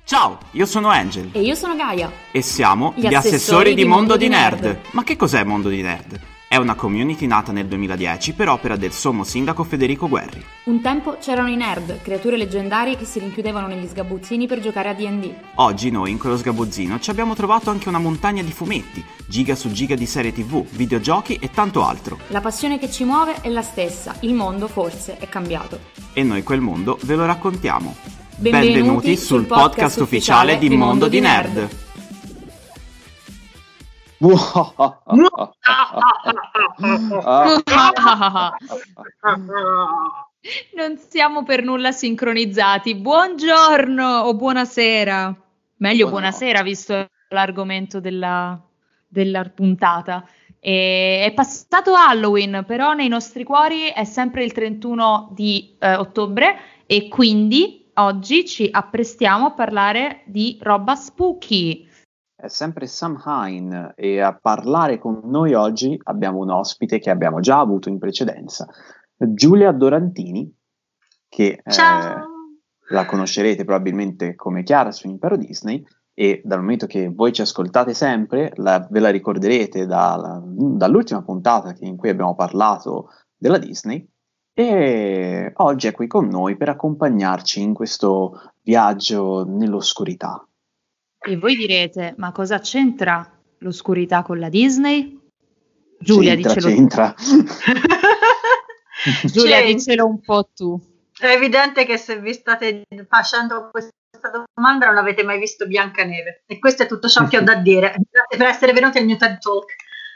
Ciao, io sono Angel. E io sono Gaia. E siamo gli assessori di Mondo di Nerd. Ma che cos'è Mondo di Nerd? È una community nata nel 2010 per opera del sommo sindaco Federico Guerri. Un tempo c'erano i nerd, creature leggendarie che si rinchiudevano negli sgabuzzini per giocare a D&D. Oggi noi in quello sgabuzzino ci abbiamo trovato anche una montagna di fumetti, giga su giga di serie TV, videogiochi e tanto altro. La passione che ci muove è la stessa, il mondo forse è cambiato. E noi quel mondo ve lo raccontiamo. Benvenuti sul podcast ufficiale di Mondo di Nerd. Non siamo per nulla sincronizzati. Buongiorno o buonasera. Meglio buonasera, visto l'argomento della puntata. È passato Halloween, però nei nostri cuori è sempre il 31 di ottobre e quindi oggi ci apprestiamo a parlare di roba spooky. È sempre Sam Hine e a parlare con noi oggi abbiamo un ospite che abbiamo già avuto in precedenza, Giulia Dorantini, che la conoscerete probabilmente come Chiara su Impero Disney, e dal momento che voi ci ascoltate sempre ve la ricorderete dall'ultima puntata in cui abbiamo parlato della Disney, e oggi è qui con noi per accompagnarci in questo viaggio nell'oscurità. E voi direte, ma cosa c'entra l'oscurità con la Disney? Giulia, c'entra. Giulia, dicelo un po' tu. È evidente che se vi state facendo questa domanda non avete mai visto Biancaneve. E questo è tutto ciò che ho da dire. Grazie per essere venuti al mio TED Talk.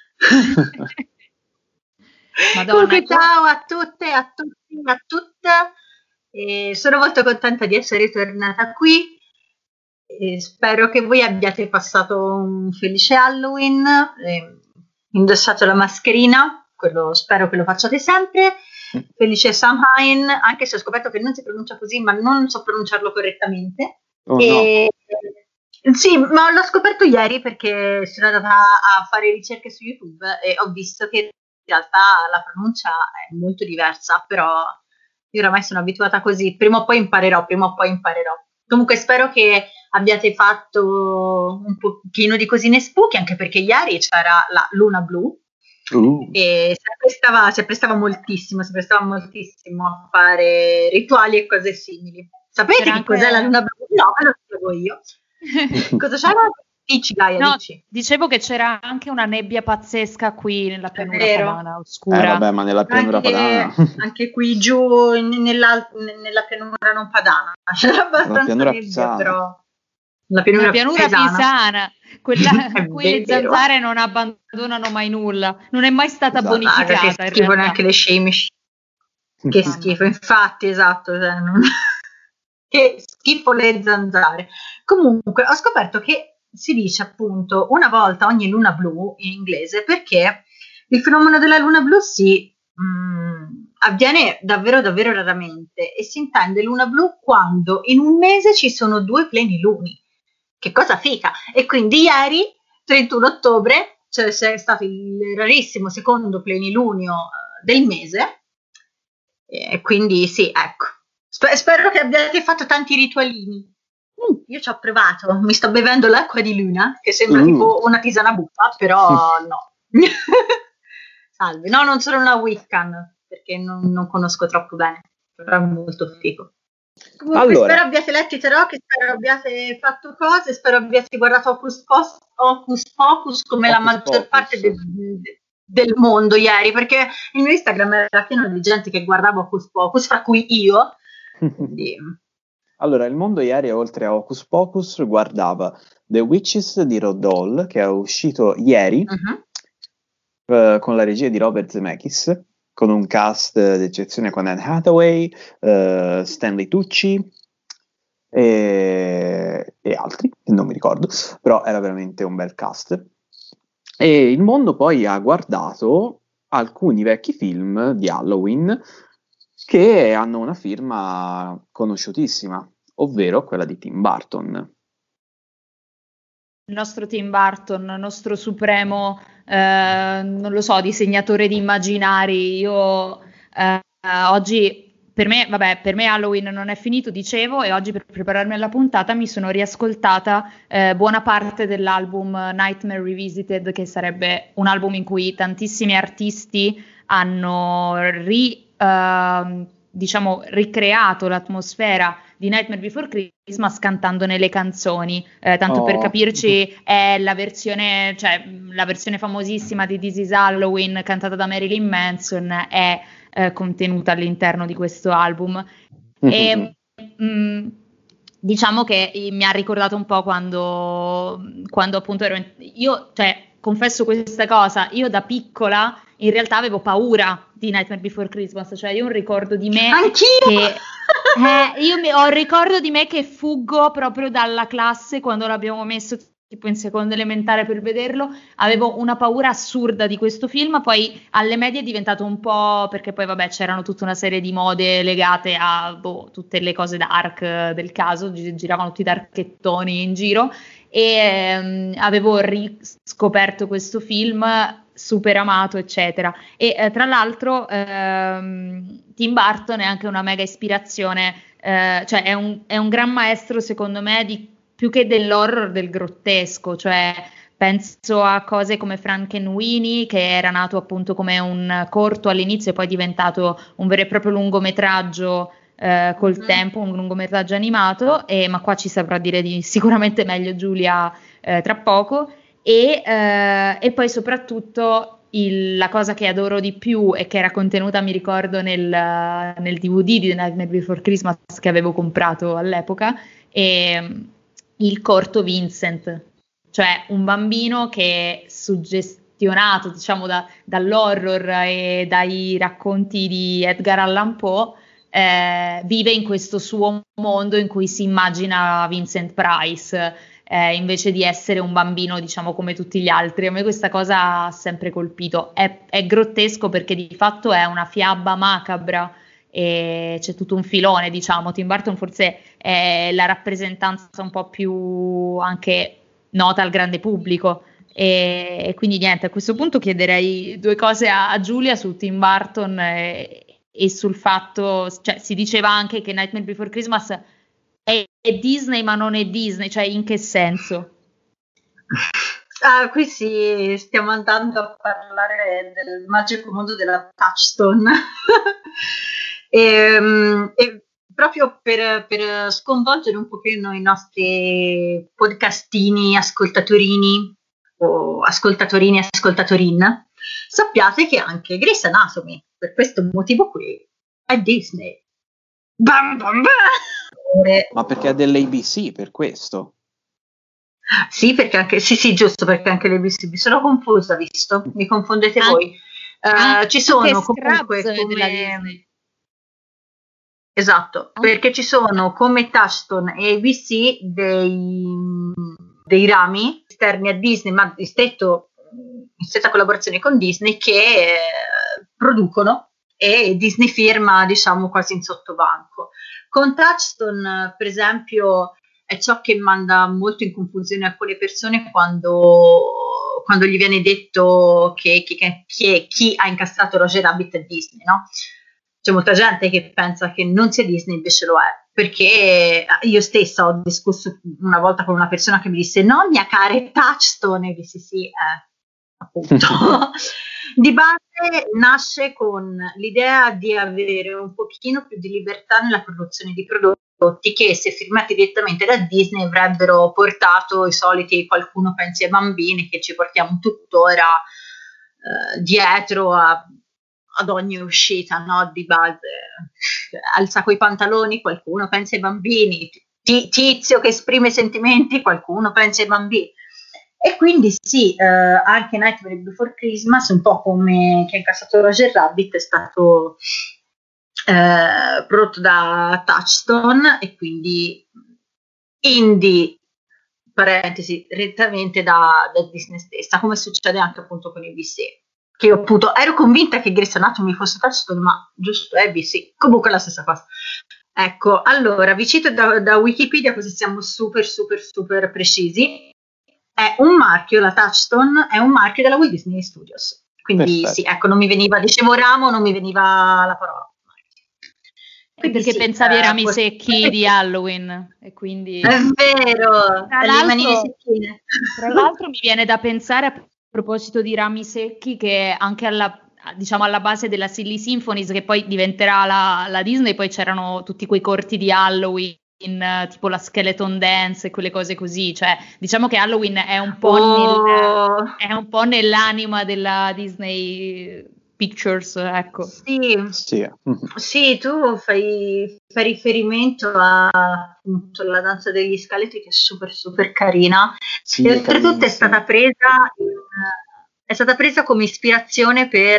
Madonna, Comunque, ciao a tutte, a tutti, a tutte. Sono molto contenta di essere ritornata qui. E spero che voi abbiate passato un felice Halloween, indossato la mascherina, quello spero che lo facciate sempre. Felice Samhain, anche se ho scoperto che non si pronuncia così, ma non so pronunciarlo correttamente. No. Sì, ma l'ho scoperto ieri perché sono andata a fare ricerche su YouTube e ho visto che in realtà la pronuncia è molto diversa, però io oramai sono abituata così, prima o poi imparerò. Comunque spero che abbiate fatto un pochino di cosine spooky, anche perché ieri c'era la luna blu e si prestava moltissimo a fare rituali e cose simili. Sapete che cos'è la luna blu? No, me lo spiego io. Cosa c'era? Dici, Gaia, no, dici. Dicevo che c'era anche una nebbia pazzesca qui nella pianura padana, oscura. Vabbè, ma nella pianura padana. Anche qui giù nella pianura non padana c'era abbastanza nebbia, però la pianura pisana, quella a cui le zanzare non abbandonano mai nulla, non è mai stata bonificata. Che schifo neanche le scemici. Che schifo, infatti, esatto. Che schifo le zanzare. Comunque, ho scoperto che si dice appunto una volta ogni luna blu in inglese perché il fenomeno della luna blu avviene davvero davvero raramente e si intende luna blu quando in un mese ci sono 2 pleniluni. Che cosa fica! E quindi ieri, 31 ottobre, c'è stato il rarissimo secondo plenilunio del mese e quindi sì, ecco. Spero che abbiate fatto tanti ritualini. Io ci ho provato, mi sto bevendo l'acqua di luna, che sembra tipo una tisana buffa, però no. Salve, no, non sono una Wiccan, perché non conosco troppo bene, però è molto figo. Comunque allora, spero abbiate letto i tarocchi, spero abbiate fatto cose, spero abbiate guardato Hocus Pocus come la maggior parte del mondo ieri, perché il mio Instagram era pieno di gente che guardava Hocus Pocus, fra cui io. Quindi... Allora, il mondo ieri, oltre a Hocus Pocus, guardava The Witches di Roald Dahl, che è uscito ieri, con la regia di Robert Zemeckis, con un cast d'eccezione con Anne Hathaway, Stanley Tucci e altri, che non mi ricordo, però era veramente un bel cast. E il mondo poi ha guardato alcuni vecchi film di Halloween che hanno una firma conosciutissima, ovvero quella di Tim Burton. Il nostro Tim Burton, il nostro supremo, non lo so, disegnatore di immaginari. Io oggi per me Halloween non è finito, dicevo, e oggi per prepararmi alla puntata mi sono riascoltata buona parte dell'album Nightmare Revisited, che sarebbe un album in cui tantissimi artisti hanno ricreato l'atmosfera di Nightmare Before Christmas cantandone le canzoni. Tanto per capirci, è la versione famosissima di This Is Halloween cantata da Marilyn Manson, è contenuta all'interno di questo album. E diciamo che mi ha ricordato un po' quando appunto io, cioè, confesso questa cosa, io da piccola in realtà avevo paura di Nightmare Before Christmas, cioè io ho un ricordo di me ho un ricordo di me che fuggo proprio dalla classe quando l'abbiamo messo tipo in seconda elementare per vederlo, avevo una paura assurda di questo film. Poi alle medie è diventato un po', perché poi vabbè c'erano tutta una serie di mode legate a tutte le cose dark del caso, giravano tutti i darkettoni in giro, e avevo riscoperto questo film super amato, eccetera. E tra l'altro Tim Burton è anche una mega ispirazione, cioè è un gran maestro secondo me più che dell'horror, del grottesco, cioè penso a cose come Frankenweenie, che era nato appunto come un corto all'inizio e poi è diventato un vero e proprio lungometraggio col tempo, un lungometraggio animato, ma qua ci saprà dire sicuramente meglio Giulia tra poco. E poi soprattutto la cosa che adoro di più e che era contenuta, mi ricordo, nel DVD di Nightmare Before Christmas che avevo comprato all'epoca, il corto Vincent, cioè un bambino che, suggestionato diciamo dall'horror e dai racconti di Edgar Allan Poe, vive in questo suo mondo in cui si immagina Vincent Price, invece di essere un bambino diciamo come tutti gli altri. A me questa cosa ha sempre colpito, è grottesco perché di fatto è una fiaba macabra e c'è tutto un filone, diciamo. Tim Burton forse è la rappresentanza un po' più anche nota al grande pubblico, e quindi niente, a questo punto chiederei due cose a Giulia su Tim Burton e sul fatto, cioè si diceva anche che Nightmare Before Christmas è Disney ma non è Disney, cioè in che senso? Qui sì, stiamo andando a parlare del magico mondo della Touchstone. e proprio per sconvolgere un pochino i nostri podcastini, ascoltatorini o ascoltatorin, sappiate che anche Grey's Anatomy, per questo motivo qui, è Disney. Bam bam bam! Ma perché è dell'ABC, per questo? Sì, perché anche sì, giusto, perché anche l'ABC, mi sono confusa, visto? Mi confondete voi. Ci sono comunque come... Esatto, perché ci sono come Touchstone e ABC dei rami esterni a Disney, ma in stretta collaborazione con Disney, che producono, e Disney firma diciamo quasi in sottobanco. Con Touchstone, per esempio, è ciò che manda molto in confusione alcune persone quando gli viene detto che chi ha incassato Roger Rabbit è Disney, no? C'è molta gente che pensa che non sia Disney, invece lo è, perché io stessa ho discusso una volta con una persona che mi disse no, mia cara, è Touchstone, e dissi sì, appunto. Di base nasce con l'idea di avere un pochino più di libertà nella produzione di prodotti che, se firmati direttamente da Disney, avrebbero portato i soliti qualcuno pensi ai bambini che ci portiamo tuttora dietro ad ogni uscita, no? Di base alza coi pantaloni, qualcuno pensa ai bambini, tizio che esprime sentimenti, qualcuno pensa ai bambini. E quindi sì, anche Nightmare Before Christmas, un po' come che ha incassato Roger Rabbit, è stato prodotto da Touchstone e quindi indie, parentesi, rettamente da Disney stessa, come succede anche appunto con ABC, che io appunto ero convinta che Grey's Anatomy fosse Touchstone, ma giusto ABC, comunque è la stessa cosa. Ecco, allora vi cito da Wikipedia, così siamo super precisi. È un marchio, la Touchstone è un marchio della Walt Disney Studios, quindi perfetto. Sì, ecco, non mi veniva, dicevo ramo, non mi veniva la parola. perché sì, pensavi ai rami secchi di Halloween e quindi... È vero, Tra le manine l'altro, secchine. tra l'altro mi viene da pensare a proposito di rami secchi che anche diciamo alla base della Silly Symphonies, che poi diventerà la Disney, poi c'erano tutti quei corti di Halloween, tipo la Skeleton Dance e quelle cose così, cioè diciamo che Halloween è un po' è un po' nell'anima della Disney Pictures, ecco. Sì, tu fai riferimento a appunto la danza degli scheletri, che è super super carina, Sì, e oltretutto è stata presa come ispirazione per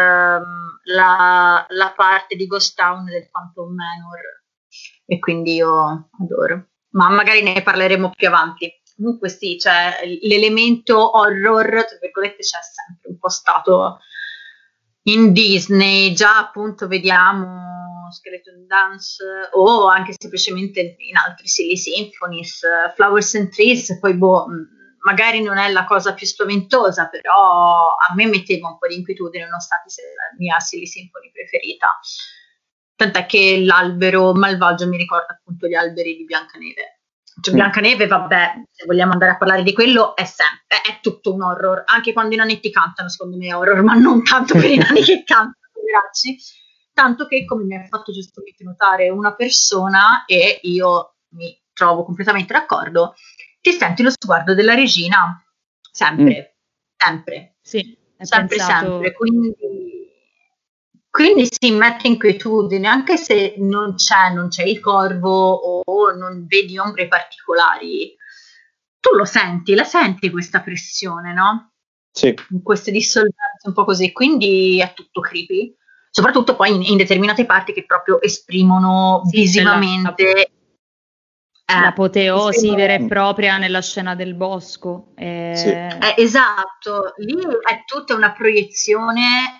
la parte di Ghost Town del Phantom Manor, e quindi io adoro, ma magari ne parleremo più avanti. Comunque sì, cioè l'elemento horror, tra virgolette, c'è sempre un po' stato in Disney. Già appunto vediamo Skeleton Dance o anche semplicemente in altri Silly Symphonies, Flowers and Trees, poi magari non è la cosa più spaventosa, però a me metteva un po' di inquietudine, nonostante sia la mia Silly Symphony preferita. Tant'è che l'albero malvagio mi ricorda appunto gli alberi di Biancaneve. Cioè, Biancaneve, vabbè, se vogliamo andare a parlare di quello, è tutto un horror. Anche quando i nanetti cantano, secondo me è horror, ma non tanto per i nani che cantano, poveracci. Tanto che, come mi ha fatto giustamente notare una persona, e io mi trovo completamente d'accordo, ti senti lo sguardo della regina sempre, sempre. Sì, sempre, sempre. Quindi si mette inquietudine, anche se non c'è il corvo o non vedi ombre particolari, tu la senti questa pressione, no? Sì. Queste dissonanze un po' così, quindi è tutto creepy, soprattutto poi in determinate parti che proprio esprimono visivamente l'apoteosi vera e propria nella scena del bosco. Esatto, lì è tutta una proiezione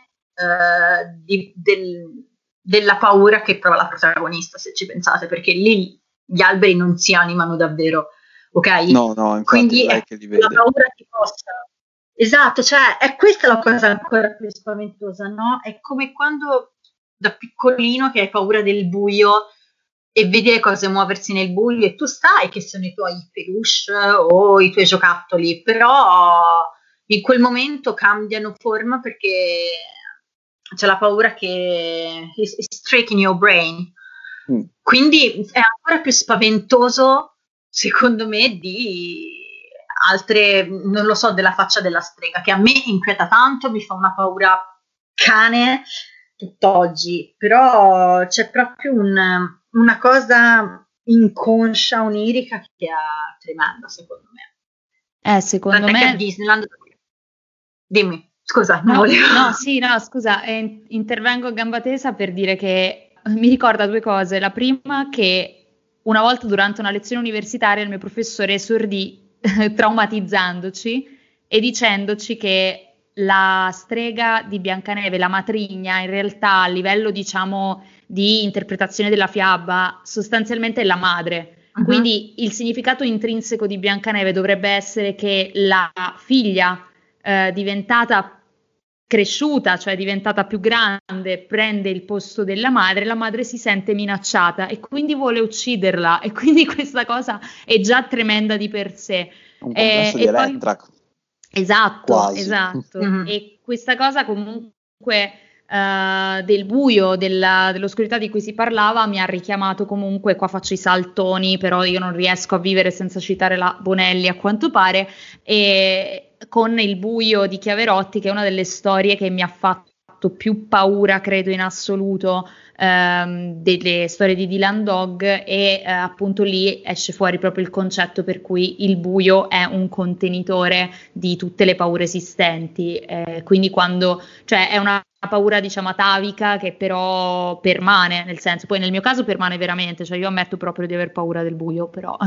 della paura che prova la protagonista, se ci pensate, perché lì gli alberi non si animano davvero, ok? No, infatti quindi è che li vede. La paura ti possa... Esatto, cioè è questa la cosa ancora più spaventosa, no? È come quando da piccolino che hai paura del buio e vedi le cose muoversi nel buio e tu sai che sono i tuoi peluche o i tuoi giocattoli, però in quel momento cambiano forma perché c'è la paura che is striking your brain. Quindi è ancora più spaventoso, secondo me, di altre, non lo so, della faccia della strega, che a me inquieta tanto, mi fa una paura cane tutt'oggi, però c'è proprio una cosa inconscia, onirica, che è tremenda, secondo me. Secondo me... Che a Disneyland... Dimmi. Scusa, scusa, intervengo a gamba tesa per dire che mi ricorda due cose. La prima, che una volta durante una lezione universitaria il mio professore esordì traumatizzandoci e dicendoci che la strega di Biancaneve, la matrigna, in realtà a livello, diciamo, di interpretazione della fiaba, sostanzialmente è la madre. Quindi il significato intrinseco di Biancaneve dovrebbe essere che la figlia diventata cresciuta, cioè diventata più grande, prende il posto della madre, la madre si sente minacciata e quindi vuole ucciderla, e quindi questa cosa è già tremenda di per sé. Un complesso di Electra. Esatto. E questa cosa comunque del buio, dell'oscurità di cui si parlava, mi ha richiamato comunque, qua faccio i saltoni, però io non riesco a vivere senza citare la Bonelli a quanto pare, e con Il buio di Chiaverotti, che è una delle storie che mi ha fatto più paura, credo, in assoluto, delle storie di Dylan Dog, e appunto lì esce fuori proprio il concetto per cui il buio è un contenitore di tutte le paure esistenti, quindi quando, cioè è una paura, diciamo, atavica, che però permane, nel senso, poi nel mio caso permane veramente, cioè io ammetto proprio di aver paura del buio, però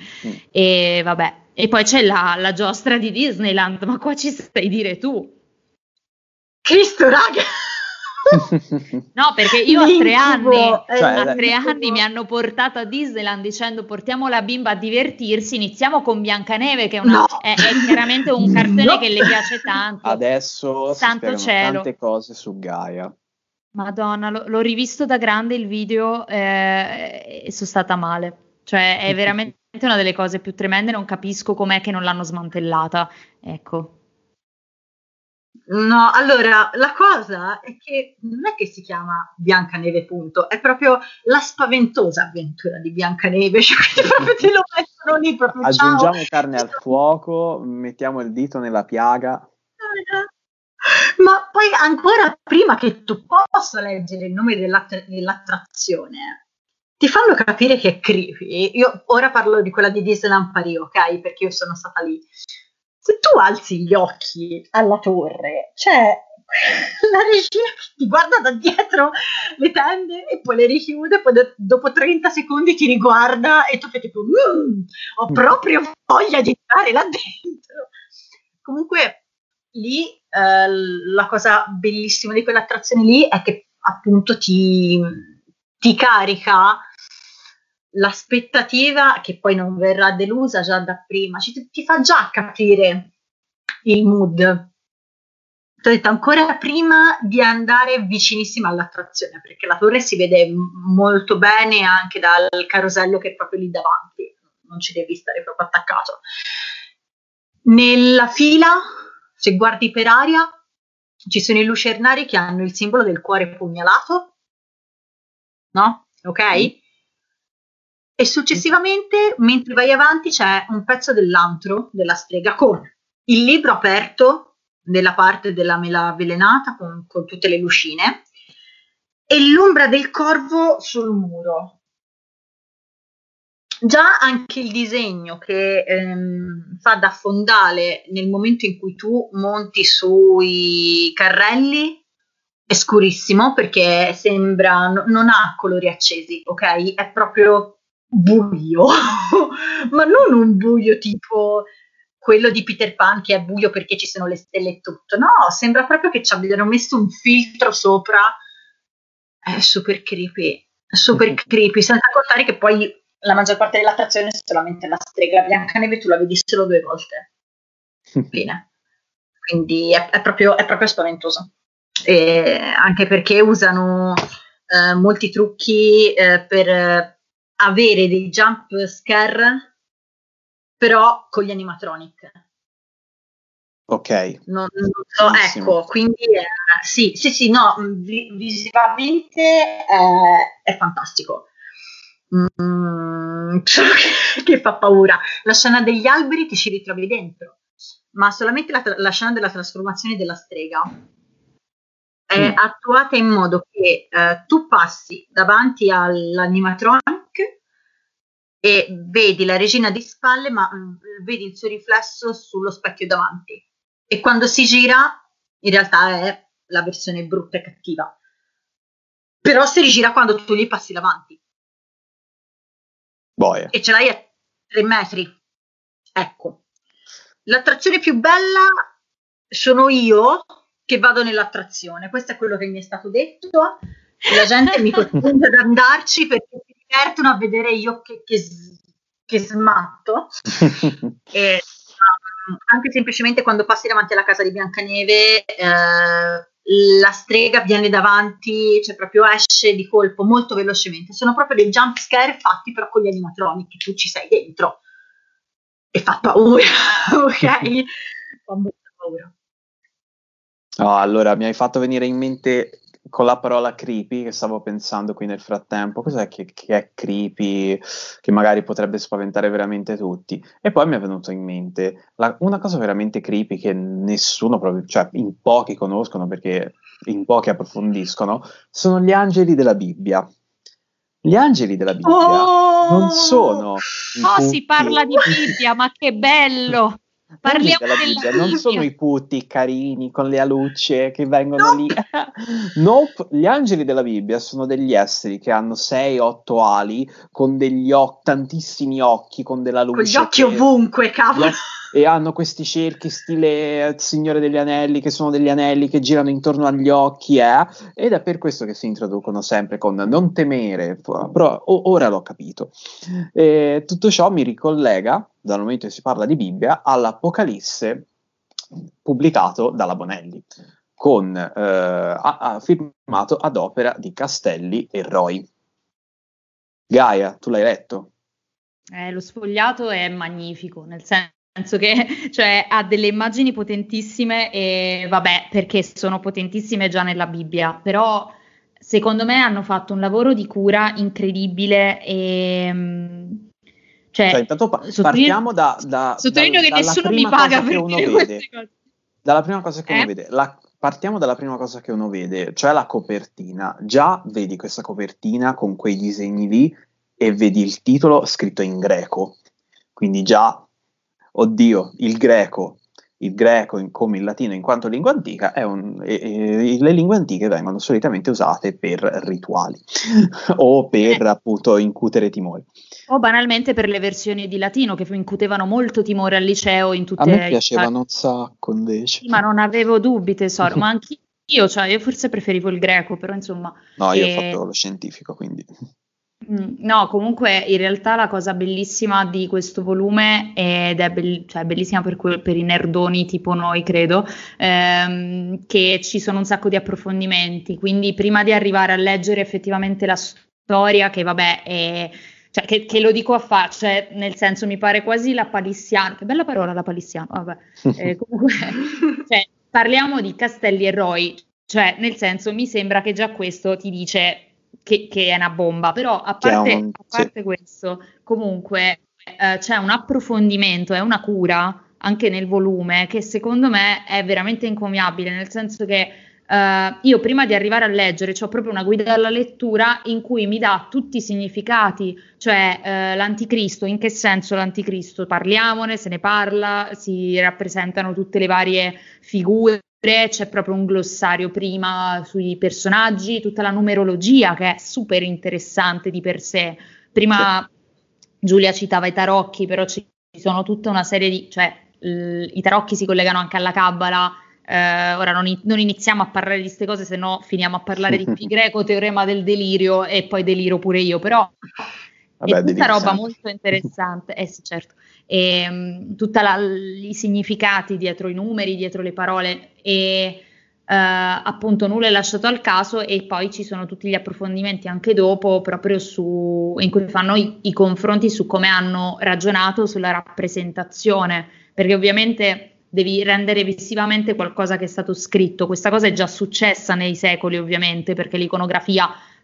e vabbè. E poi c'è la giostra di Disneyland, ma qua ci stai dire tu. Cristo, raga! No, perché io a 3 anni mi hanno portato a Disneyland dicendo portiamo la bimba a divertirsi, iniziamo con Biancaneve, che è chiaramente un cartone che le piace tanto. Adesso Santo si cielo. tante cose su Gaia. Madonna, l'ho rivisto da grande il video e sono stata male. Cioè, è veramente una delle cose più tremende, non capisco com'è che non l'hanno smantellata. Ecco. No, allora, la cosa è che non è che si chiama Biancaneve, punto, è proprio la spaventosa avventura di Biancaneve, cioè quindi proprio te lo mettono lì, proprio Aggiungiamo ciao. carne al fuoco, mettiamo il dito nella piaga. Ma poi ancora prima che tu possa leggere il nome dell'attrazione, ti fanno capire che è creepy. Io ora parlo di quella di Disneyland Paris, ok? Perché io sono stata lì. Se tu alzi gli occhi alla torre, c'è la regina che ti guarda da dietro le tende e poi le richiude, poi dopo 30 secondi ti riguarda e tu fai tipo ho proprio voglia di entrare là dentro. Comunque lì la cosa bellissima di quell'attrazione lì è che appunto ti carica l'aspettativa che poi non verrà delusa già da prima, ti fa già capire il mood. Ti ho detto ancora prima di andare vicinissima all'attrazione, perché la torre si vede molto bene anche dal carosello che è proprio lì davanti, non ci devi stare proprio attaccato. Nella fila, se guardi per aria, ci sono i lucernari che hanno il simbolo del cuore pugnalato, no? Ok? E successivamente, mentre vai avanti, c'è un pezzo dell'antro della strega con il libro aperto nella parte della mela avvelenata con tutte le lucine e l'ombra del corvo sul muro. Già anche il disegno che fa da fondale nel momento in cui tu monti sui carrelli è scurissimo perché sembra, non ha colori accesi, ok? È proprio buio, ma non un buio tipo quello di Peter Pan che è buio perché ci sono le stelle e tutto, no, sembra proprio che ci abbiano messo un filtro sopra, è super creepy, senza contare che poi la maggior parte dell'attrazione è solamente la strega Biancaneve, tu la vedi solo 2 volte, fine, quindi è proprio spaventoso, anche perché usano molti trucchi per avere dei jump scare però con gli animatronic. Ok. Non so, ecco, quindi sì, no, visivamente è fantastico. Che fa paura. La scena degli alberi ti ci ritrovi dentro, ma solamente la scena della trasformazione della strega è attuata in modo che tu passi davanti all'animatronic e vedi la regina di spalle, ma vedi il suo riflesso sullo specchio davanti. E quando si gira, in realtà è la versione brutta e cattiva. Però si rigira quando tu gli passi davanti. Boia. E ce l'hai a 3 metri. Ecco. L'attrazione più bella sono io che vado nell'attrazione. Questo è quello che mi è stato detto. La gente mi costringe ad andarci perché si divertono a vedere io che smatto. E anche semplicemente quando passi davanti alla casa di Biancaneve la strega viene davanti, cioè proprio esce di colpo molto velocemente. Sono proprio dei jump scare fatti però con gli animatronic, che tu ci sei dentro e fa paura, ok? Fa molta paura. No, allora mi hai fatto venire in mente con la parola creepy, che stavo pensando qui nel frattempo, cos'è che è creepy, che magari potrebbe spaventare veramente tutti. E poi mi è venuto in mente una cosa veramente creepy che nessuno proprio, cioè in pochi conoscono perché in pochi approfondiscono, sono gli angeli della Bibbia. Gli angeli della Bibbia non sono si parla di Bibbia, ma che bello! Parliamo della Bibbia. Non sono i putti carini con le alucce che vengono lì. Nope. Gli angeli della Bibbia sono degli esseri che hanno 6-8 ali, con degli tantissimi occhi, con della luce. Con gli occhi ovunque, cavolo. E hanno questi cerchi stile Signore degli Anelli, che sono degli anelli che girano intorno agli occhi, ed è per questo che si introducono sempre con non temere, però ora l'ho capito. Tutto ciò mi ricollega, dal momento che si parla di Bibbia, all'Apocalisse pubblicato dalla Bonelli. firmato ad opera di Castelli e Roy. Gaia, tu l'hai letto? Lo sfogliato è magnifico, nel senso che cioè, ha delle immagini potentissime e vabbè, perché sono potentissime già nella Bibbia, però secondo me hanno fatto un lavoro di cura incredibile e cioè intanto partiamo sottolineo che nessuno mi paga per dire queste cose. Dalla prima cosa che uno vede, partiamo dalla prima cosa che uno vede, cioè la copertina. Già vedi questa copertina con quei disegni lì e vedi il titolo scritto in greco, quindi già, oddio, il greco come il latino in quanto lingua antica le lingue antiche vengono solitamente usate per rituali o per appunto incutere timore. O banalmente per le versioni di latino che incutevano molto timore al liceo in tutte. A me piacevano un sacco invece. Sì, ma non avevo dubbi, tesoro, ma anch'io, cioè io forse preferivo il greco, però insomma. No, io ho fatto lo scientifico, quindi. No, comunque in realtà la cosa bellissima di questo volume, ed è bellissima per i nerdoni tipo noi, credo, che ci sono un sacco di approfondimenti, quindi prima di arrivare a leggere effettivamente la storia, che vabbè è. Cioè, che lo dico a faccia, nel senso mi pare quasi lapalissiano, che bella parola lapalissiano, vabbè, comunque, cioè, parliamo di Castelli e Roy, cioè nel senso mi sembra che già questo ti dice che è una bomba, però a parte questo, comunque c'è un approfondimento, è una cura anche nel volume che secondo me è veramente encomiabile, nel senso che io prima di arrivare a leggere c'ho proprio una guida alla lettura in cui mi dà tutti i significati, cioè l'anticristo, in che senso l'anticristo? Parliamone, se ne parla, si rappresentano tutte le varie figure, c'è proprio un glossario prima sui personaggi, tutta la numerologia che è super interessante di per sé. Prima Giulia citava i tarocchi, però ci sono tutta una serie di, cioè i tarocchi si collegano anche alla Kabbala. Ora non iniziamo a parlare di queste cose, se no finiamo a parlare di pi greco, teorema del delirio e poi deliro pure io, però è tutta roba molto interessante, sì certo, tutti i significati dietro i numeri, dietro le parole e appunto nulla è lasciato al caso e poi ci sono tutti gli approfondimenti anche dopo proprio in cui fanno i confronti su come hanno ragionato sulla rappresentazione, perché ovviamente devi rendere visivamente qualcosa che è stato scritto. Questa cosa è già successa nei secoli, ovviamente, perché l'iconografia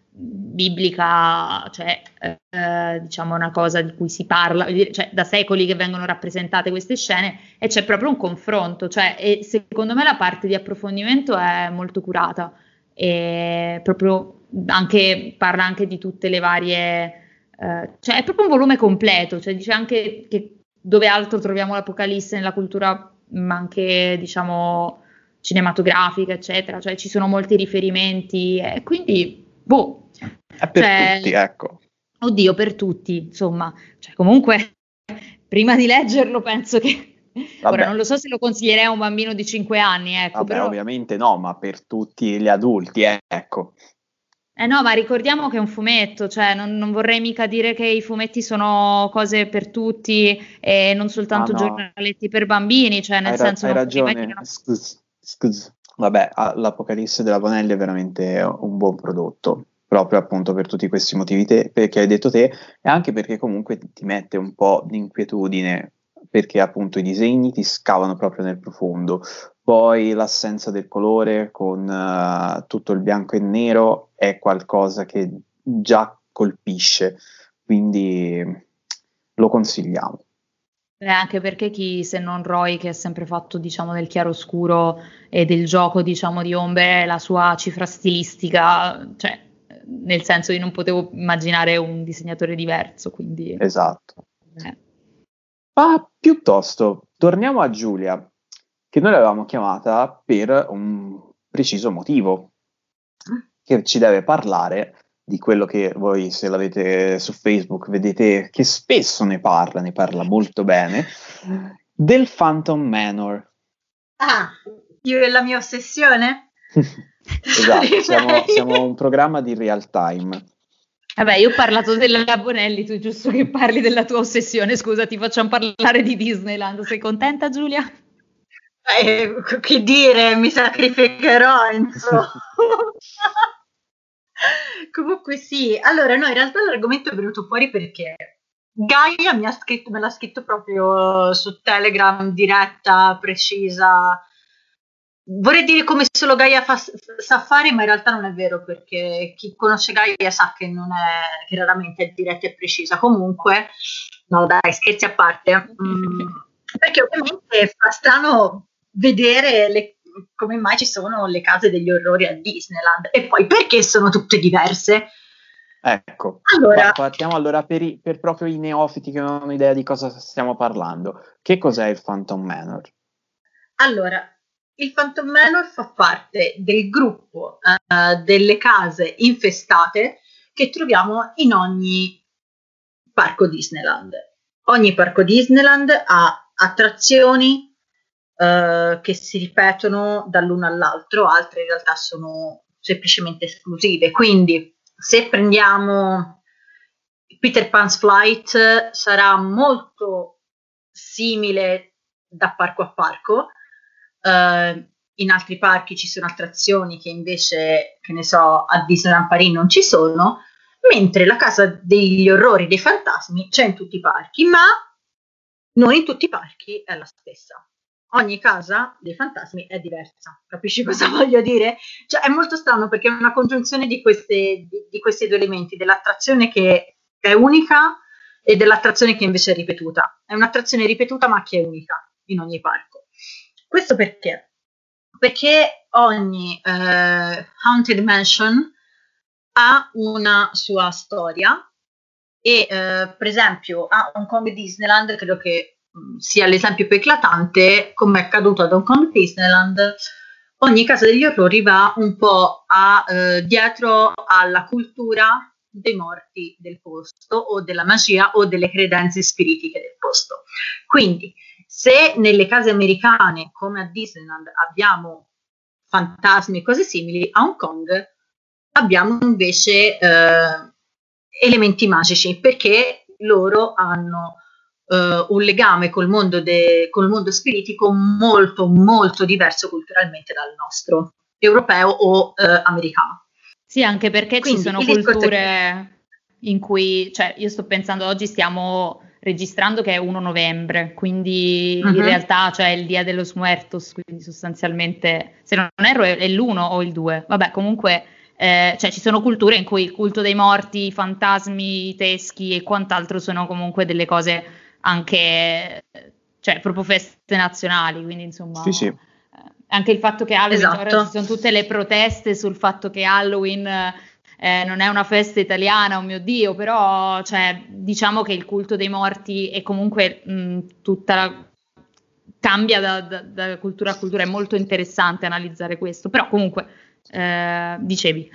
biblica, cioè diciamo una cosa di cui si parla, cioè da secoli che vengono rappresentate queste scene e c'è proprio un confronto, cioè e secondo me la parte di approfondimento è molto curata e proprio parla anche di tutte le varie, cioè è proprio un volume completo, cioè dice anche che dove altro troviamo l'Apocalisse nella cultura ma anche diciamo cinematografica eccetera, cioè ci sono molti riferimenti e quindi è per tutti, ecco, oddio, per tutti insomma, cioè comunque prima di leggerlo penso che ora non lo so se lo consiglierei a un bambino di 5 anni, ecco. Vabbè, però ovviamente no, ma per tutti gli adulti, ecco. No, ma ricordiamo che è un fumetto, cioè non vorrei mica dire che i fumetti sono cose per tutti e non soltanto giornaletti per bambini, cioè nel senso... Hai ragione, scusa. Vabbè, l'Apocalisse della Bonelli è veramente un buon prodotto, proprio appunto per tutti questi motivi che hai detto te e anche perché comunque ti mette un po' di inquietudine, perché appunto i disegni ti scavano proprio nel profondo. Poi l'assenza del colore con tutto il bianco e nero è qualcosa che già colpisce, quindi lo consigliamo. Anche perché chi se non Roy, che ha sempre fatto diciamo del chiaroscuro e del gioco diciamo di ombre, la sua cifra stilistica, cioè nel senso io non potevo immaginare un disegnatore diverso, quindi... Esatto. Ma piuttosto, torniamo a Giulia, che noi l'avevamo chiamata per un preciso motivo, che ci deve parlare di quello che voi, se l'avete su Facebook, vedete che spesso ne parla molto bene, del Phantom Manor. Ah, io e la mia ossessione? Esatto, siamo un programma di real time. Vabbè, io ho parlato della Bonelli, tu giusto che parli della tua ossessione, scusa, ti facciamo parlare di Disneyland, sei contenta Giulia? Che dire, mi sacrificherò, insomma. Comunque sì, allora no, in realtà l'argomento è venuto fuori perché Gaia me l'ha scritto proprio su Telegram, diretta, precisa. Vorrei dire come solo Gaia sa fare, ma in realtà non è vero, perché chi conosce Gaia sa che non è, che raramente è diretta e precisa. Comunque, no dai, scherzi a parte, perché ovviamente fa strano vedere come mai ci sono le case degli orrori a Disneyland, e poi perché sono tutte diverse. Ecco, Allora, partiamo allora per proprio i neofiti che non hanno idea di cosa stiamo parlando. Che cos'è il Phantom Manor? Allora, il Phantom Manor fa parte del gruppo delle case infestate che troviamo in ogni parco Disneyland. Ogni parco Disneyland ha attrazioni che si ripetono dall'uno all'altro, altre in realtà sono semplicemente esclusive. Quindi, se prendiamo Peter Pan's Flight, sarà molto simile da parco a parco. In altri parchi ci sono attrazioni che invece, che ne so, a Disneyland Paris non ci sono, mentre la casa degli orrori dei fantasmi c'è in tutti i parchi, ma non in tutti i parchi è la stessa. Ogni casa dei fantasmi è diversa, capisci cosa voglio dire? Cioè è molto strano perché è una congiunzione di questi due elementi, dell'attrazione che è unica e dell'attrazione che invece è ripetuta. È un'attrazione ripetuta ma che è unica in ogni parco. Questo perché? Perché ogni Haunted Mansion ha una sua storia e per esempio a Hong Kong Disneyland credo che sia l'esempio più eclatante, come è accaduto ad Hong Kong Disneyland. Ogni casa degli orrori va un po' dietro alla cultura dei morti del posto o della magia o delle credenze spiritiche del posto. Quindi se nelle case americane come a Disneyland abbiamo fantasmi e cose simili, a Hong Kong abbiamo invece elementi magici, perché loro hanno un legame col mondo spiritico molto molto diverso culturalmente dal nostro, europeo o americano. Sì, anche perché quindi ci sono culture in cui, cioè io sto pensando, oggi stiamo registrando che è 1 novembre, quindi in realtà cioè il Dia de los Muertos, quindi sostanzialmente, se non erro è l'1 o il 2, vabbè comunque cioè ci sono culture in cui il culto dei morti, i fantasmi, i teschi e quant'altro sono comunque delle cose anche, cioè proprio feste nazionali, quindi insomma sì. Anche il fatto che Halloween, esatto. Ora ci sono tutte le proteste sul fatto che Halloween non è una festa italiana, oh mio Dio, però cioè, diciamo che il culto dei morti è comunque cambia da cultura a cultura, è molto interessante analizzare questo, però comunque dicevi.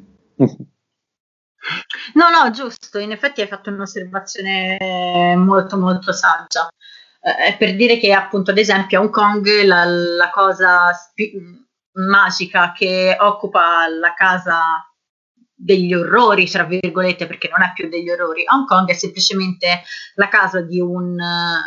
No, giusto, in effetti hai fatto un'osservazione molto molto saggia. Per dire che appunto ad esempio a Hong Kong la cosa magica che occupa la casa degli orrori, tra virgolette, perché non è più degli orrori, a Hong Kong è semplicemente la casa di un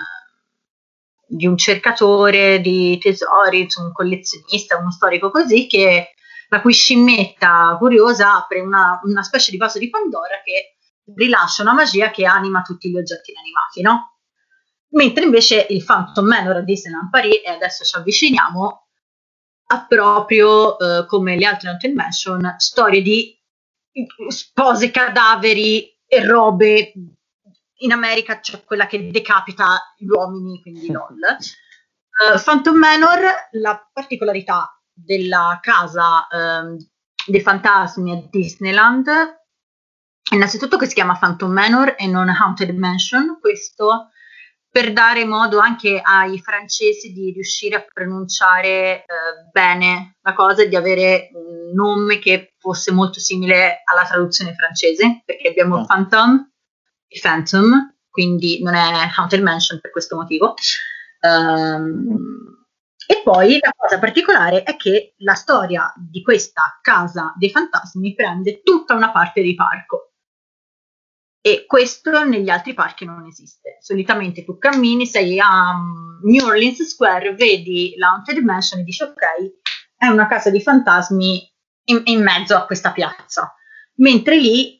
cercatore di tesori, un collezionista, uno storico così, la cui scimmetta curiosa apre una specie di vaso di Pandora che rilascia una magia che anima tutti gli oggetti inanimati, no? Mentre invece il Phantom Manor a Disneyland Paris, e adesso ci avviciniamo, ha proprio, come le altre Haunted Mansion, storie di spose, cadaveri e robe. In America c'è quella che decapita gli uomini, quindi LOL. Phantom Manor, la particolarità della casa dei fantasmi a Disneyland, innanzitutto che si chiama Phantom Manor e non Haunted Mansion, questo per dare modo anche ai francesi di riuscire a pronunciare bene la cosa e di avere un nome che fosse molto simile alla traduzione francese, perché abbiamo Phantom e Phantom, quindi non è Haunted Mansion per questo motivo. E poi la cosa particolare è che la storia di questa casa dei fantasmi prende tutta una parte di parco. E questo negli altri parchi non esiste. Solitamente tu cammini, sei a New Orleans Square, vedi la Haunted Mansion e dici ok, è una casa di fantasmi in mezzo a questa piazza. Mentre lì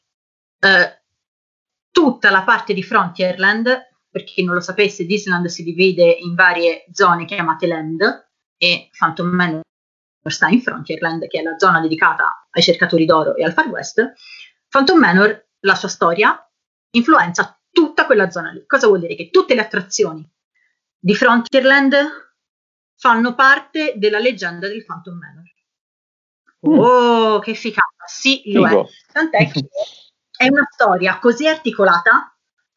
tutta la parte di Frontierland, per chi non lo sapesse, Disneyland si divide in varie zone chiamate land e Phantom Manor sta in Frontierland, che è la zona dedicata ai cercatori d'oro e al Far West. Phantom Manor, la sua storia, influenza tutta quella zona lì. Cosa vuol dire? Che tutte le attrazioni di Frontierland fanno parte della leggenda del Phantom Manor. Oh, che figata! Sì, lo è. Tant'è che è una storia così articolata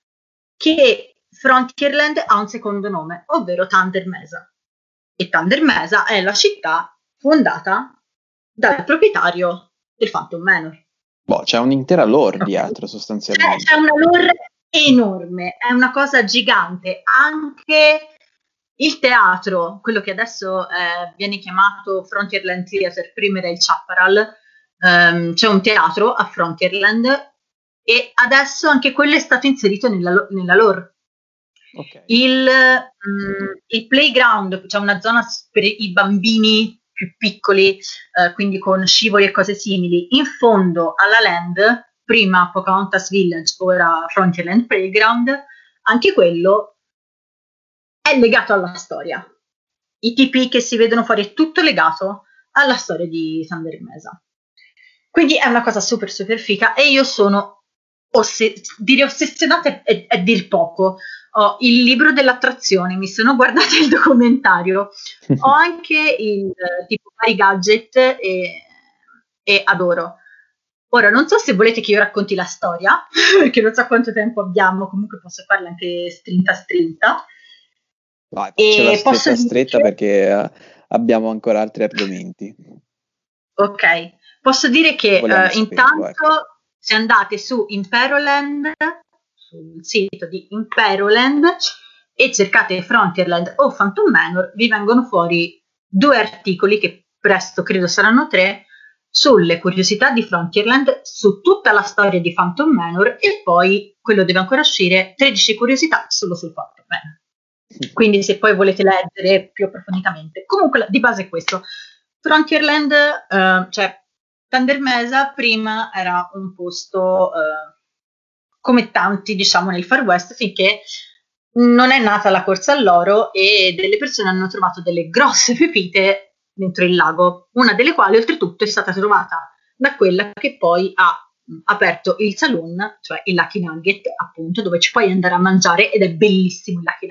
che Frontierland ha un secondo nome, ovvero Thunder Mesa. E Thunder Mesa è la città fondata dal proprietario del Phantom Manor. Boh, c'è un'intera lore dietro sostanzialmente. C'è una lore enorme, è una cosa gigante. Anche il teatro, quello che adesso viene chiamato Frontierland Theatre, prima era il Chaparral, c'è un teatro a Frontierland e adesso anche quello è stato inserito nella lore. Okay. Il playground, c'è una zona per i bambini più piccoli, quindi con scivoli e cose simili, in fondo alla land, prima Pocahontas Village, ora Frontierland Playground, anche quello è legato alla storia. I tipi che si vedono fuori è tutto legato alla storia di Thunder Mesa. Quindi è una cosa super super figa e io sono dire ossessionata è dir poco. Ho il libro dell'attrazione, mi sono guardata il documentario, ho anche il tipo vari gadget e adoro. Ora, non so se volete che io racconti la storia, perché non so quanto tempo abbiamo, comunque posso farla anche strinta. Vai, facciela stretta perché abbiamo ancora altri argomenti. Ok, posso dire che intanto se andate su Imperoland, sul sito di Imperoland, e cercate Frontierland o Phantom Manor, vi vengono fuori 2 articoli, che presto credo saranno 3, sulle curiosità di Frontierland, su tutta la storia di Phantom Manor, e poi, quello deve ancora uscire, 13 curiosità solo sul Phantom Manor. Quindi se poi volete leggere più approfonditamente. Comunque di base è questo. Frontierland, cioè Thunder Mesa prima era un posto come tanti, diciamo, nel Far West, finché non è nata la corsa all'oro e delle persone hanno trovato delle grosse pepite dentro il lago, una delle quali oltretutto è stata trovata da quella che poi ha aperto il saloon, cioè il Lucky Nugget, appunto, dove ci puoi andare a mangiare ed è bellissimo il Lucky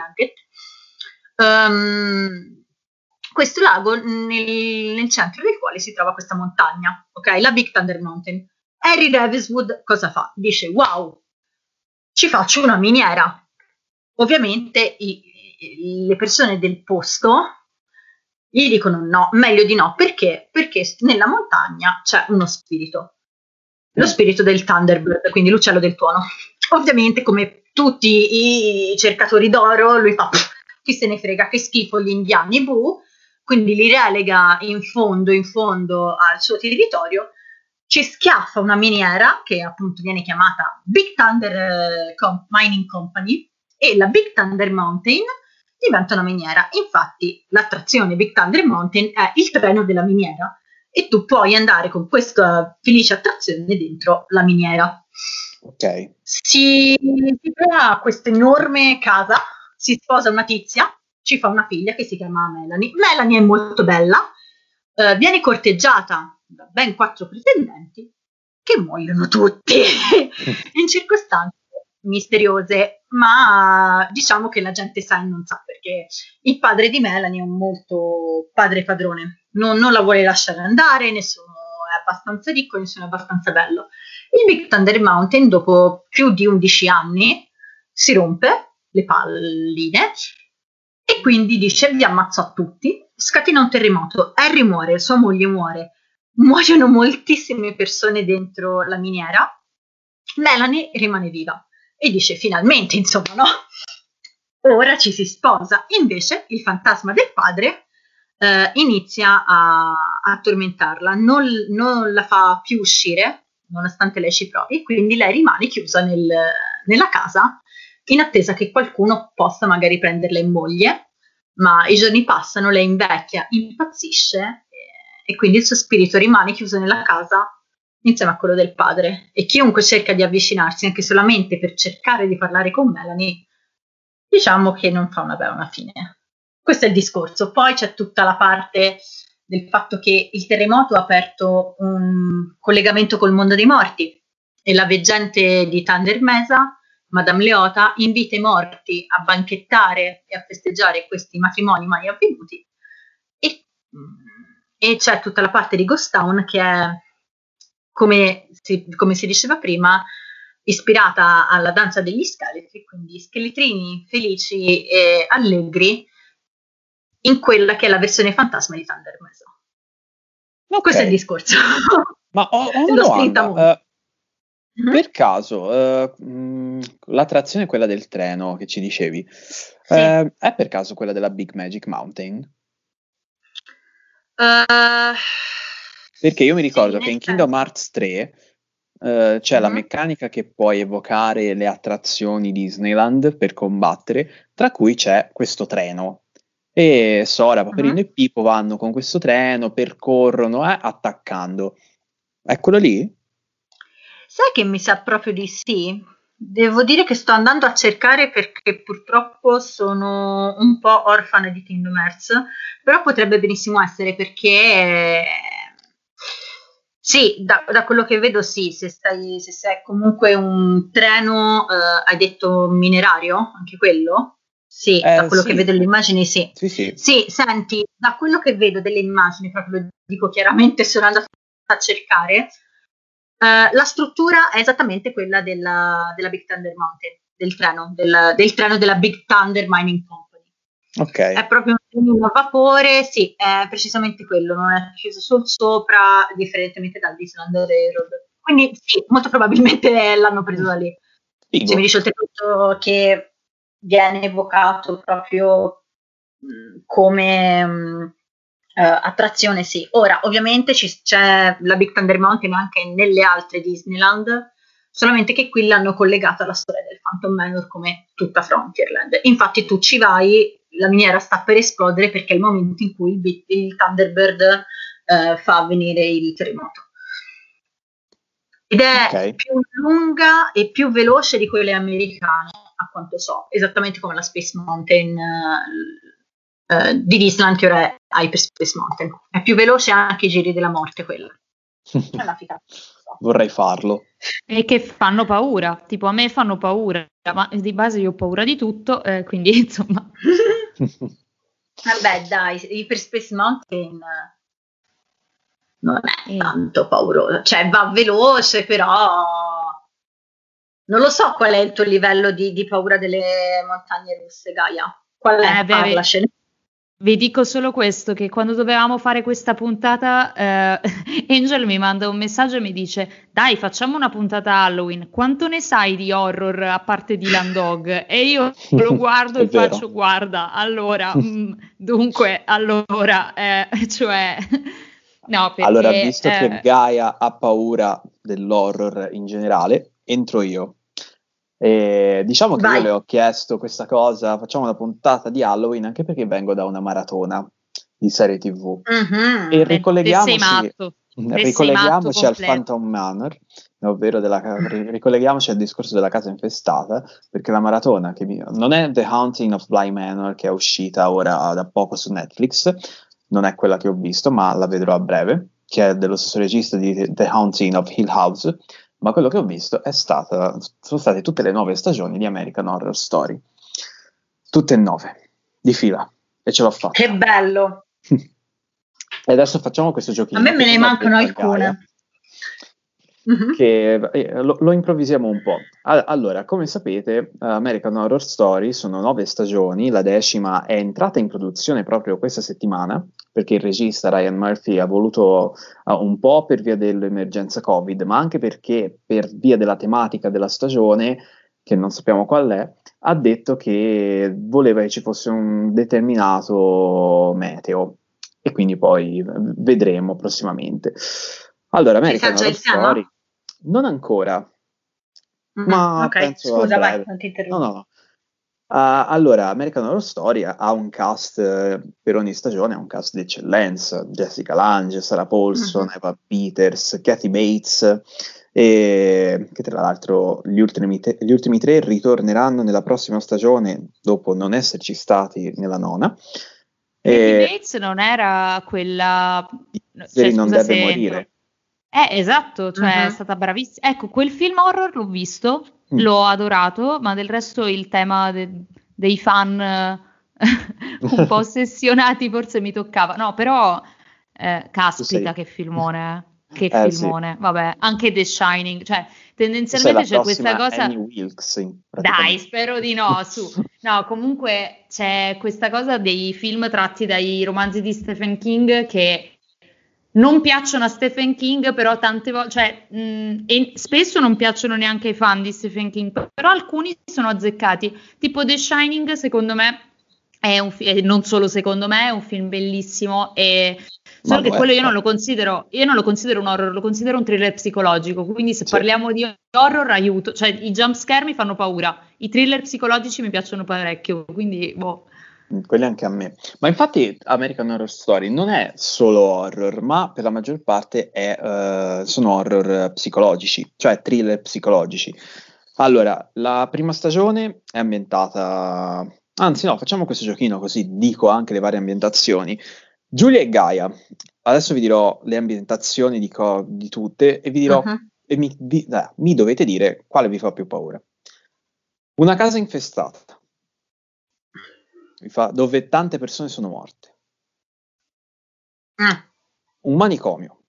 Nugget. Questo lago nel centro del quale si trova questa montagna, ok? La Big Thunder Mountain. Harry Ravenswood cosa fa? Dice: wow, ci faccio una miniera. Ovviamente le persone del posto gli dicono no, meglio di no. Perché? Perché nella montagna c'è uno spirito, lo spirito del Thunderbird, quindi l'uccello del tuono. Ovviamente, come tutti i cercatori d'oro, lui fa: chi se ne frega, che schifo gli indiani, buh. Quindi li relega in fondo al suo territorio, ci schiaffa una miniera che appunto viene chiamata Big Thunder Mining Company, e la Big Thunder Mountain diventa una miniera. Infatti l'attrazione Big Thunder Mountain è il treno della miniera e tu puoi andare con questa felice attrazione dentro la miniera. Ok. Si crea questa enorme casa, si sposa una tizia, ci fa una figlia che si chiama Melanie. Melanie è molto bella, viene corteggiata da ben 4 pretendenti che muoiono tutti in circostanze misteriose, ma diciamo che la gente sa e non sa, perché il padre di Melanie è un molto padre padrone, non la vuole lasciare andare, nessuno è abbastanza ricco, nessuno è abbastanza bello. Il Big Thunder Mountain, dopo più di 11 anni, si rompe le palline e quindi dice: vi ammazzo a tutti, scatena un terremoto, Harry muore, sua moglie muore, muoiono moltissime persone dentro la miniera, Melanie rimane viva e dice: finalmente, insomma, no? Ora ci si sposa. Invece il fantasma del padre inizia a tormentarla, non la fa più uscire nonostante lei ci provi, quindi lei rimane chiusa nella casa in attesa che qualcuno possa magari prenderla in moglie, ma i giorni passano, lei invecchia, impazzisce e quindi il suo spirito rimane chiuso nella casa insieme a quello del padre, e chiunque cerca di avvicinarsi anche solamente per cercare di parlare con Melanie, diciamo che non fa una buona fine. Questo è il discorso. Poi c'è tutta la parte del fatto che il terremoto ha aperto un collegamento col mondo dei morti e la veggente di Thunder Mesa, Madame Leota, invita i morti a banchettare e a festeggiare questi matrimoni mai avvenuti, e c'è tutta la parte di Ghost Town che è, come si diceva prima, ispirata alla danza degli scheletri, quindi scheletrini felici e allegri in quella che è la versione fantasma di Thunder Mesa. Okay. Questo è il discorso. Ma ho una domanda. Per caso, l'attrazione quella del treno che ci dicevi, Sì. è per caso quella della Big Magic Mountain? Perché io mi ricordo che in Kingdom Hearts 3 c'è la meccanica che puoi evocare le attrazioni Disneyland per combattere, tra cui c'è questo treno. E Sora, Paperino e Pippo vanno con questo treno, percorrono, attaccando. È quello lì? Sai che mi sa proprio di sì? Devo dire che sto andando a cercare perché purtroppo sono un po' orfana di Kingdom Hearts, però potrebbe benissimo essere, perché sì, da quello che vedo sì, se sei comunque un treno, hai detto minerario, anche quello? Sì, da quello che vedo delle immagini sì. Sì. Sì, senti, da quello che vedo delle immagini, proprio lo dico chiaramente, sono andata a cercare, la struttura è esattamente quella della Big Thunder Mountain, del treno della Big Thunder Mining Company. Ok. È proprio un treno a vapore, sì, è precisamente quello, non è chiuso sul sopra, differentemente dal Disneyland Railroad. Quindi sì, molto probabilmente l'hanno preso da lì. Se mi dice oltretutto che viene evocato proprio come attrazione, sì. Ora, ovviamente c'è la Big Thunder Mountain anche nelle altre Disneyland, solamente che qui l'hanno collegata alla storia del Phantom Manor come tutta Frontierland. Infatti tu ci vai, la miniera sta per esplodere perché è il momento in cui il Thunderbird fa avvenire il terremoto. Ed è più lunga e più veloce di quelle americane, a quanto so, esattamente come la Space Mountain di Disneyland, che ora è Hyperspace Mountain. È più veloce anche i giri della morte, quella. È una figata. Vorrei farlo. E che fanno paura, tipo a me fanno paura, ma di base io ho paura di tutto, quindi insomma. Vabbè dai, Hyperspace Mountain non è tanto pauroso, cioè va veloce, però non lo so qual è il tuo livello di paura delle montagne russe, Gaia. Qual è? Parla, scena. Vi dico solo questo, che quando dovevamo fare questa puntata, Angel mi manda un messaggio e mi dice: dai, facciamo una puntata Halloween, quanto ne sai di horror a parte di Land Dog? E io lo guardo e faccio: guarda, allora, dunque, allora, cioè... No, perché, allora, visto che Gaia ha paura dell'horror in generale, entro io. Diciamo che io le ho chiesto questa cosa, facciamo una puntata di Halloween, anche perché vengo da una maratona di serie TV. E ricolleghiamoci al Phantom Manor, ovvero ricolleghiamoci al discorso della casa infestata, perché la maratona non è The Haunting of Bly Manor, che è uscita ora da poco su Netflix, non è quella che ho visto, ma la vedrò a breve, che è dello stesso regista di The Haunting of Hill House. Ma quello che ho visto sono state tutte le 9 stagioni di American Horror Story. Tutte e 9, di fila. E ce l'ho fatta. Che bello! E adesso facciamo questo giochino. A me ne mancano alcune. Che lo improvvisiamo un po'. Allora, come sapete, American Horror Story sono 9 stagioni, la 10ª è entrata in produzione proprio questa settimana, perché il regista Ryan Murphy ha voluto, un po' per via dell'emergenza Covid, ma anche perché per via della tematica della stagione, che non sappiamo qual è, ha detto che voleva che ci fosse un determinato meteo, e quindi poi vedremo prossimamente. Allora, American Horror Story non ancora, Ma ok, penso scusa, a vai, breve. non ti No, interrompo. no. Allora, American Horror Story ha un cast per ogni stagione, ha un cast di eccellenza: Jessica Lange, Sarah Paulson, Eva Peters, Kathy Bates, e che tra l'altro gli ultimi tre ritorneranno nella prossima stagione dopo non esserci stati nella nona. Kathy Bates non era quella... Ieri non scusa deve se morire. entro. Esatto, cioè è stata bravissima. Ecco, quel film horror l'ho visto, l'ho adorato, ma del resto il tema dei fan un po' ossessionati forse mi toccava. No, però caspita, che filmone, che filmone. Sì. Vabbè, anche The Shining, cioè Tu sei tendenzialmente la c'è questa prossima cosa... Annie Wilkes, Dai, spero di no, su. No, comunque c'è questa cosa dei film tratti dai romanzi di Stephen King che non piacciono a Stephen King, però tante volte, cioè, e spesso non piacciono neanche ai fan di Stephen King, però alcuni sono azzeccati. Tipo The Shining, secondo me, e non solo secondo me, è un film bellissimo, solo che quello io non lo considero un horror, lo considero un thriller psicologico, quindi se parliamo di horror aiuto, cioè i jump scare mi fanno paura, i thriller psicologici mi piacciono parecchio, quindi boh. Quelli anche a me. Ma infatti American Horror Story non è solo horror, ma per la maggior parte sono horror psicologici, cioè thriller psicologici. Allora, la prima stagione è ambientata... Anzi no, facciamo questo giochino così dico anche le varie ambientazioni. Giulia e Gaia. Adesso vi dirò le ambientazioni di tutte e vi dirò e mi dovete dire quale vi fa più paura. Una casa infestata. Dove tante persone sono morte. Un manicomio.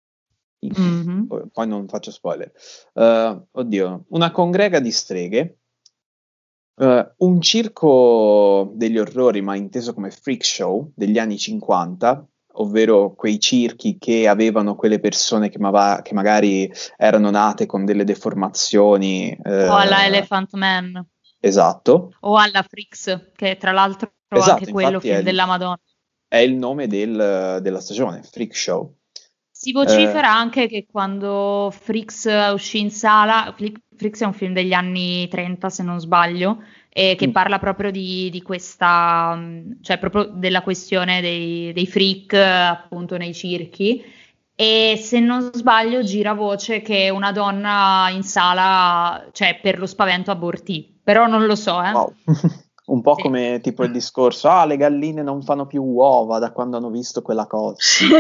Poi non faccio spoiler. Una congrega di streghe. Un circo degli orrori, ma inteso come freak show degli anni 50, ovvero quei circhi che avevano quelle persone che magari erano nate con delle deformazioni. O alla Elephant Man. Esatto. O alla Freaks, che tra l'altro anche quello film della Madonna. È il nome della stagione, Freak Show. Si vocifera anche che quando Freaks uscì in sala, Freaks è un film degli anni 30 se non sbaglio, e che parla proprio di questa, cioè proprio della questione dei freak appunto nei circhi, e se non sbaglio gira voce che una donna in sala, cioè per lo spavento abortì, però non lo so. Wow. Un po' come tipo il discorso, le galline non fanno più uova da quando hanno visto quella cosa.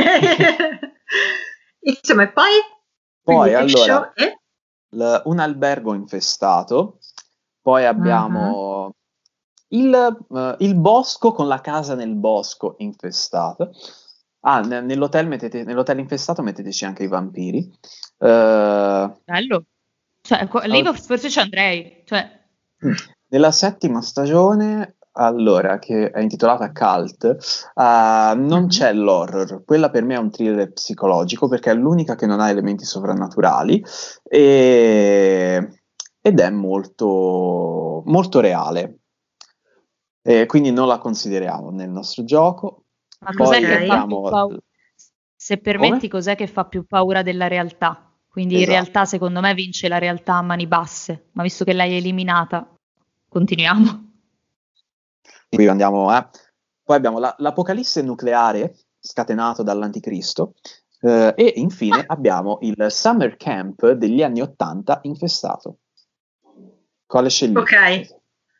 Insomma, e poi allora, un albergo infestato, poi abbiamo il bosco con la casa nel bosco infestato. Nell'hotel infestato metteteci anche i vampiri. Bello. Cioè, lì forse ci andrei. Cioè. Nella settima stagione, allora, che è intitolata Cult, non c'è l'horror. Quella per me è un thriller psicologico perché è l'unica che non ha elementi sovrannaturali ed è molto, molto reale. Quindi non la consideriamo nel nostro gioco. Ma cos'è che fa più paura? Se permetti, cos'è che fa più paura della realtà? Quindi in realtà secondo me vince la realtà a mani basse, ma visto che l'hai eliminata, continuiamo. Qui andiamo, Poi abbiamo l'apocalisse nucleare scatenato dall'anticristo e infine abbiamo il summer camp degli anni 80 infestato. Quale scegli? Ok.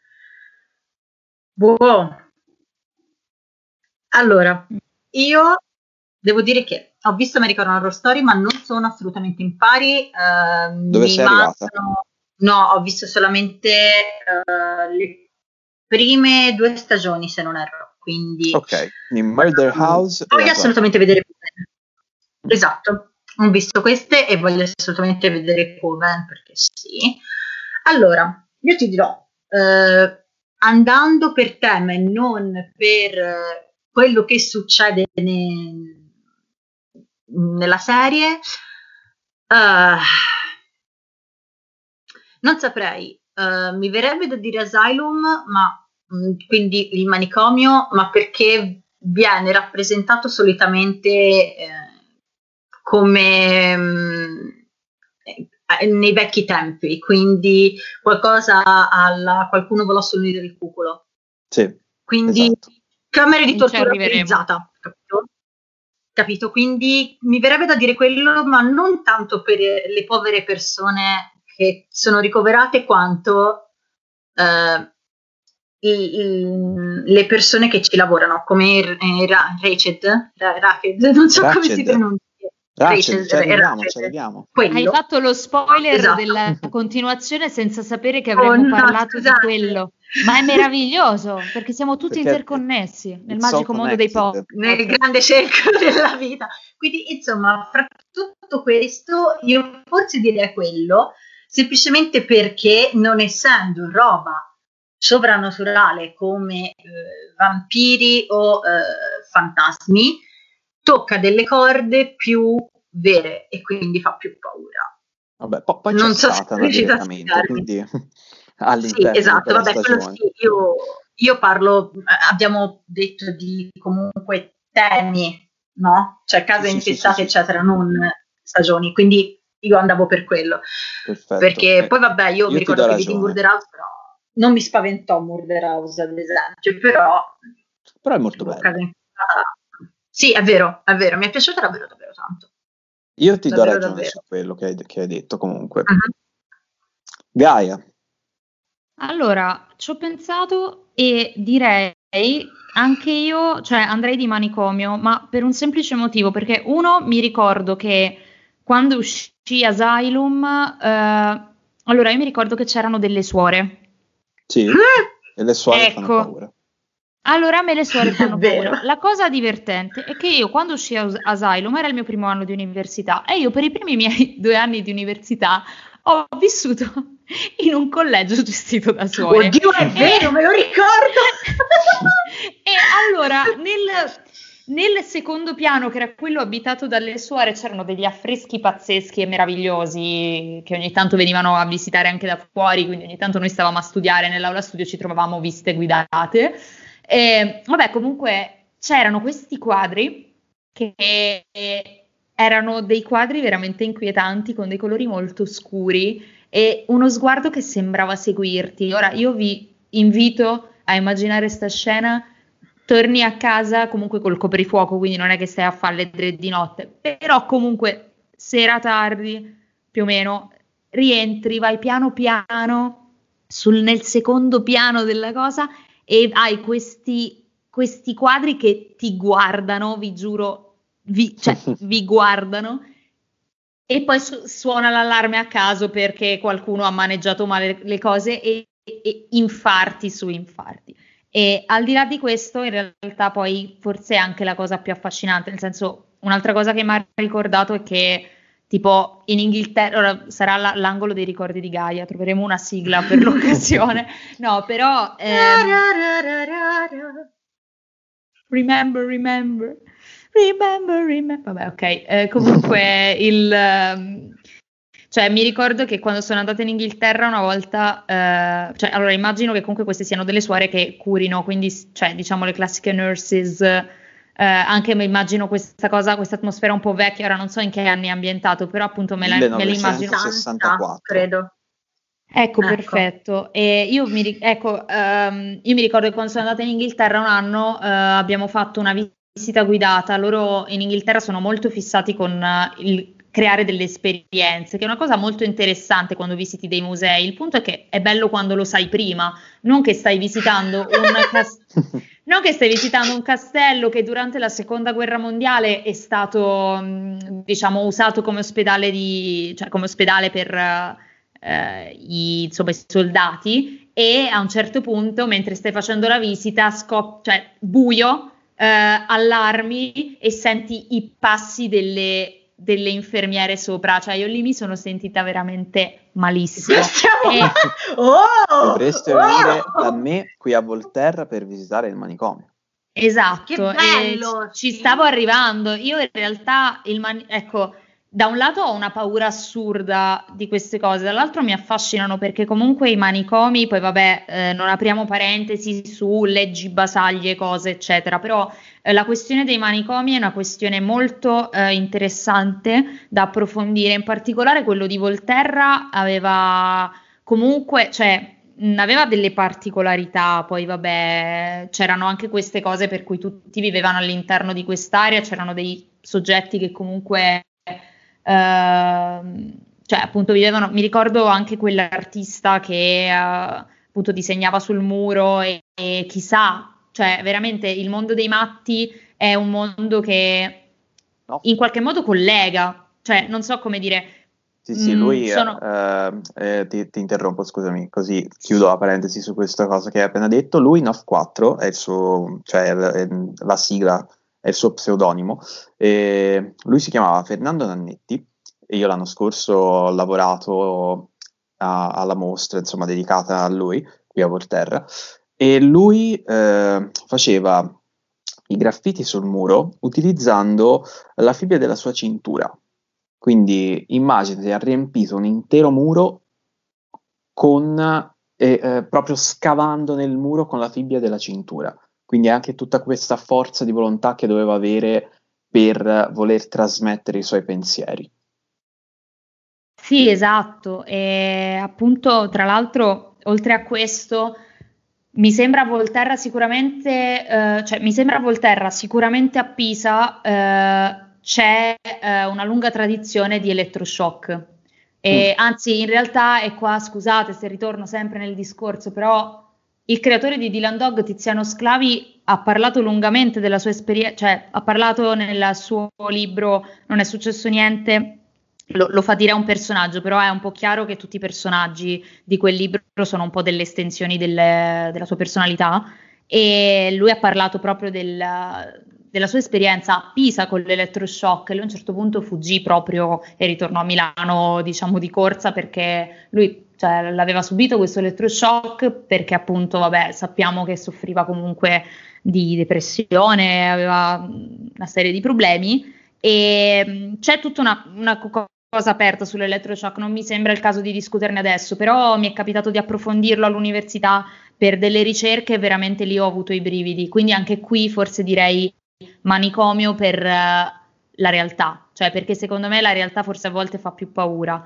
Allora, io devo dire che ho visto American Horror Story, ma non sono assolutamente in pari. Dove sei arrivata? No, ho visto solamente le prime 2 stagioni, se non erro. Quindi, ok, in Murder House. Voglio assolutamente vedere Coven. Esatto, ho visto queste e voglio assolutamente vedere Coven, perché sì. Allora, io ti dirò, andando per tema e non per quello che succede nella serie, non saprei, mi verrebbe da dire Asylum, ma quindi il manicomio, ma perché viene rappresentato solitamente come nei vecchi tempi, quindi qualcosa alla qualcuno volò sul nido del cuculo. Sì, quindi esatto. Camere di Ci tortura arriveremo. utilizzata, capito? Quindi mi verrebbe da dire quello, ma non tanto per le povere persone che sono ricoverate, quanto le persone che ci lavorano, come Rached, non so come si pronuncia. Rached, ci arriviamo. Hai fatto lo spoiler Esatto. della continuazione senza sapere che avremmo parlato di quello. Ma è meraviglioso, perché siamo tutti interconnessi nel magico mondo dei podcast. Nel grande cerchio della vita. Quindi, insomma, fra tutto questo, io forse direi quello, semplicemente perché, non essendo roba sovrannaturale come vampiri o fantasmi, tocca delle corde più vere e quindi fa più paura. Vabbè, poi non c'è so Satana direttamente, quindi all'interno sì, esatto, della vabbè, stagione. Sì, io parlo, abbiamo detto di comunque temi, no? Cioè case infestate, eccetera, non stagioni, quindi io andavo per quello. Perfetto. Perché poi vabbè, io mi ricordo che vidi Murder House, però non mi spaventò Murder House, ad esempio, però è molto bello. Sì, è vero, mi è piaciuta davvero tanto. Io ti davvero, do ragione davvero. su quello che hai detto comunque. Gaia. Allora, ci ho pensato e direi anche io, cioè andrei di manicomio, ma per un semplice motivo, perché uno, mi ricordo che quando uscì Asylum, allora io mi ricordo che c'erano delle suore. Sì, e le suore fanno paura. Allora a me le suore fanno paura. La cosa divertente è che io quando uscì Asylum era il mio primo anno di università e io per i primi miei 2 anni di università ho vissuto in un collegio gestito da suore. Oddio, è vero, me lo ricordo! E allora nel secondo piano, che era quello abitato dalle suore, c'erano degli affreschi pazzeschi e meravigliosi che ogni tanto venivano a visitare anche da fuori, quindi ogni tanto noi stavamo a studiare nell'aula studio, ci trovavamo visite guidate. E, vabbè, comunque c'erano questi quadri che erano dei quadri veramente inquietanti con dei colori molto scuri e uno sguardo che sembrava seguirti. Ora io vi invito a immaginare sta scena, torni a casa comunque col coprifuoco, quindi non è che stai a fare le 3 di notte, però comunque sera tardi più o meno rientri, vai piano piano nel secondo piano della cosa e hai questi quadri che ti guardano, vi giuro, vi guardano e poi suona l'allarme a caso perché qualcuno ha maneggiato male le cose e infarti su infarti. E al di là di questo, in realtà poi forse è anche la cosa più affascinante, nel senso, un'altra cosa che mi ha ricordato è che tipo in Inghilterra, ora sarà l'angolo dei ricordi di Gaia, troveremo una sigla per l'occasione, no, però remember, vabbè, ok, comunque cioè mi ricordo che quando sono andata in Inghilterra una volta, cioè allora immagino che comunque queste siano delle suore che curino, quindi cioè diciamo le classiche nurses, anche mi immagino questa cosa, questa atmosfera un po' vecchia, ora non so in che anni è ambientato, però appunto me l'immagino. 1964 credo. Ecco, perfetto. E io mi ricordo che quando sono andata in Inghilterra un anno abbiamo fatto una visita guidata. Loro in Inghilterra sono molto fissati con il creare delle esperienze, che è una cosa molto interessante quando visiti dei musei. Il punto è che è bello quando lo sai prima, non che stai visitando un castello che durante la seconda guerra mondiale è stato diciamo usato come ospedale per i soldati, e a un certo punto mentre stai facendo la visita buio, allarmi e senti i passi delle infermiere sopra, cioè io lì mi sono sentita veramente malissimo. Dovreste venire da me qui a Volterra per visitare il manicomio. Esatto, che bello, ci stavo arrivando. Io in realtà ecco, da un lato ho una paura assurda di queste cose, dall'altro mi affascinano perché comunque i manicomi, poi vabbè, non apriamo parentesi su leggi, basaglie, cose, eccetera, però la questione dei manicomi è una questione molto interessante da approfondire, in particolare quello di Volterra aveva comunque, cioè aveva delle particolarità, poi vabbè, c'erano anche queste cose per cui tutti vivevano all'interno di quest'area, c'erano dei soggetti che comunque cioè appunto vivevano, mi ricordo anche quell'artista che appunto disegnava sul muro e chissà, cioè veramente il mondo dei matti è un mondo che in qualche modo collega, cioè non so come dire. Sì, lui ti interrompo, scusami, così chiudo la parentesi su questa cosa che hai appena detto. Lui, Nof 4, è il suo, cioè è la sigla, è il suo pseudonimo. Lui si chiamava Fernando Nannetti e io l'anno scorso ho lavorato alla mostra, insomma, dedicata a lui, qui a Volterra, e lui faceva i graffiti sul muro utilizzando la fibbia della sua cintura. Quindi immaginati, ha riempito un intero muro con proprio scavando nel muro con la fibbia della cintura. Quindi anche tutta questa forza di volontà che doveva avere per voler trasmettere i suoi pensieri. Sì, esatto. E appunto, tra l'altro, oltre a questo, mi sembra Volterra sicuramente, sicuramente a Pisa c'è una lunga tradizione di elettroshock. Anzi, in realtà è qua, scusate se ritorno sempre nel discorso, però il creatore di Dylan Dog, Tiziano Sclavi, ha parlato lungamente della sua esperienza, cioè ha parlato nel suo libro Non è successo niente, lo fa dire a un personaggio, però è un po' chiaro che tutti i personaggi di quel libro sono un po' delle estensioni della sua personalità, e lui ha parlato proprio della sua esperienza a Pisa con l'elettroshock, e lui a un certo punto fuggì proprio e ritornò a Milano, diciamo, di corsa, perché lui, cioè, l'aveva subito questo elettroshock perché appunto, vabbè, sappiamo che soffriva comunque di depressione, aveva una serie di problemi, e c'è tutta una cosa aperta sull'elettroshock, non mi sembra il caso di discuterne adesso, però mi è capitato di approfondirlo all'università per delle ricerche e veramente lì ho avuto i brividi, quindi anche qui forse direi manicomio per la realtà, cioè perché secondo me la realtà forse a volte fa più paura.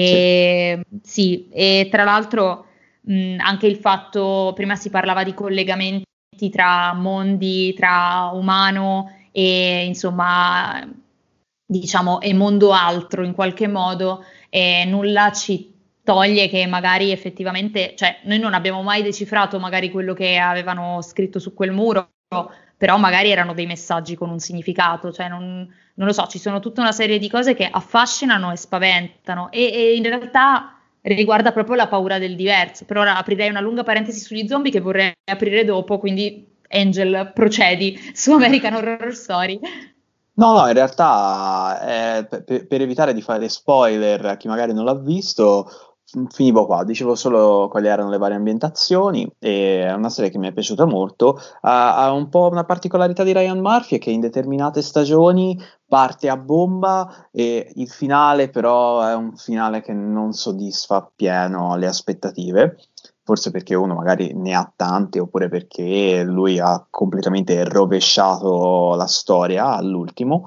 E sì, e tra l'altro anche il fatto, prima si parlava di collegamenti tra mondi, tra umano e insomma diciamo e mondo altro in qualche modo, e nulla ci toglie che magari effettivamente, cioè noi non abbiamo mai decifrato magari quello che avevano scritto su quel muro, però magari erano dei messaggi con un significato, cioè non lo so, ci sono tutta una serie di cose che affascinano e spaventano e in realtà riguarda proprio la paura del diverso. Per ora aprirei una lunga parentesi sugli zombie che vorrei aprire dopo, quindi Angel, procedi su American Horror Story. No, in realtà per evitare di fare spoiler a chi magari non l'ha visto, finivo qua, dicevo solo quali erano le varie ambientazioni, e è una serie che mi è piaciuta molto, ha un po' una particolarità di Ryan Murphy, è che in determinate stagioni parte a bomba e il finale però è un finale che non soddisfa appieno le aspettative. Forse perché uno magari ne ha tante, oppure perché lui ha completamente rovesciato la storia all'ultimo.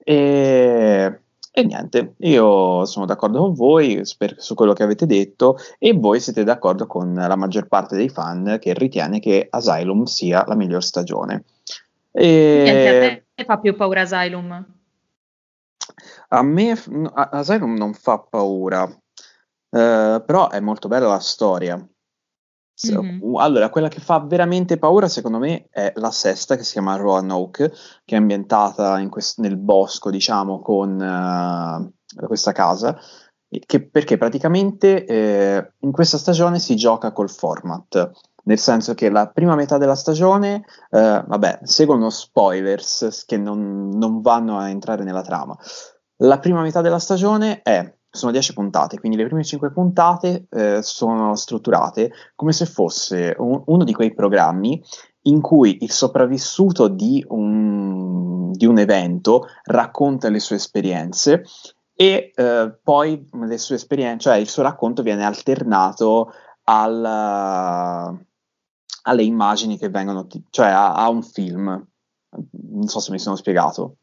E niente, io sono d'accordo con voi su quello che avete detto, e voi siete d'accordo con la maggior parte dei fan che ritiene che Asylum sia la miglior stagione. Niente, a te fa più paura Asylum? A me Asylum non fa paura, però è molto bella la storia. Allora, quella che fa veramente paura secondo me è la sesta, che si chiama Roanoke, che è ambientata nel bosco, diciamo, con questa casa, perché praticamente in questa stagione si gioca col format, nel senso che la prima metà della stagione, vabbè, seguono spoilers che non vanno a entrare nella trama. La prima metà della stagione sono 10 puntate, quindi le prime 5 puntate sono strutturate come se fosse uno di quei programmi in cui il sopravvissuto di un evento racconta le sue esperienze, e poi le sue esperienze, cioè il suo racconto viene alternato alle immagini che vengono, cioè a un film. Non so se mi sono spiegato.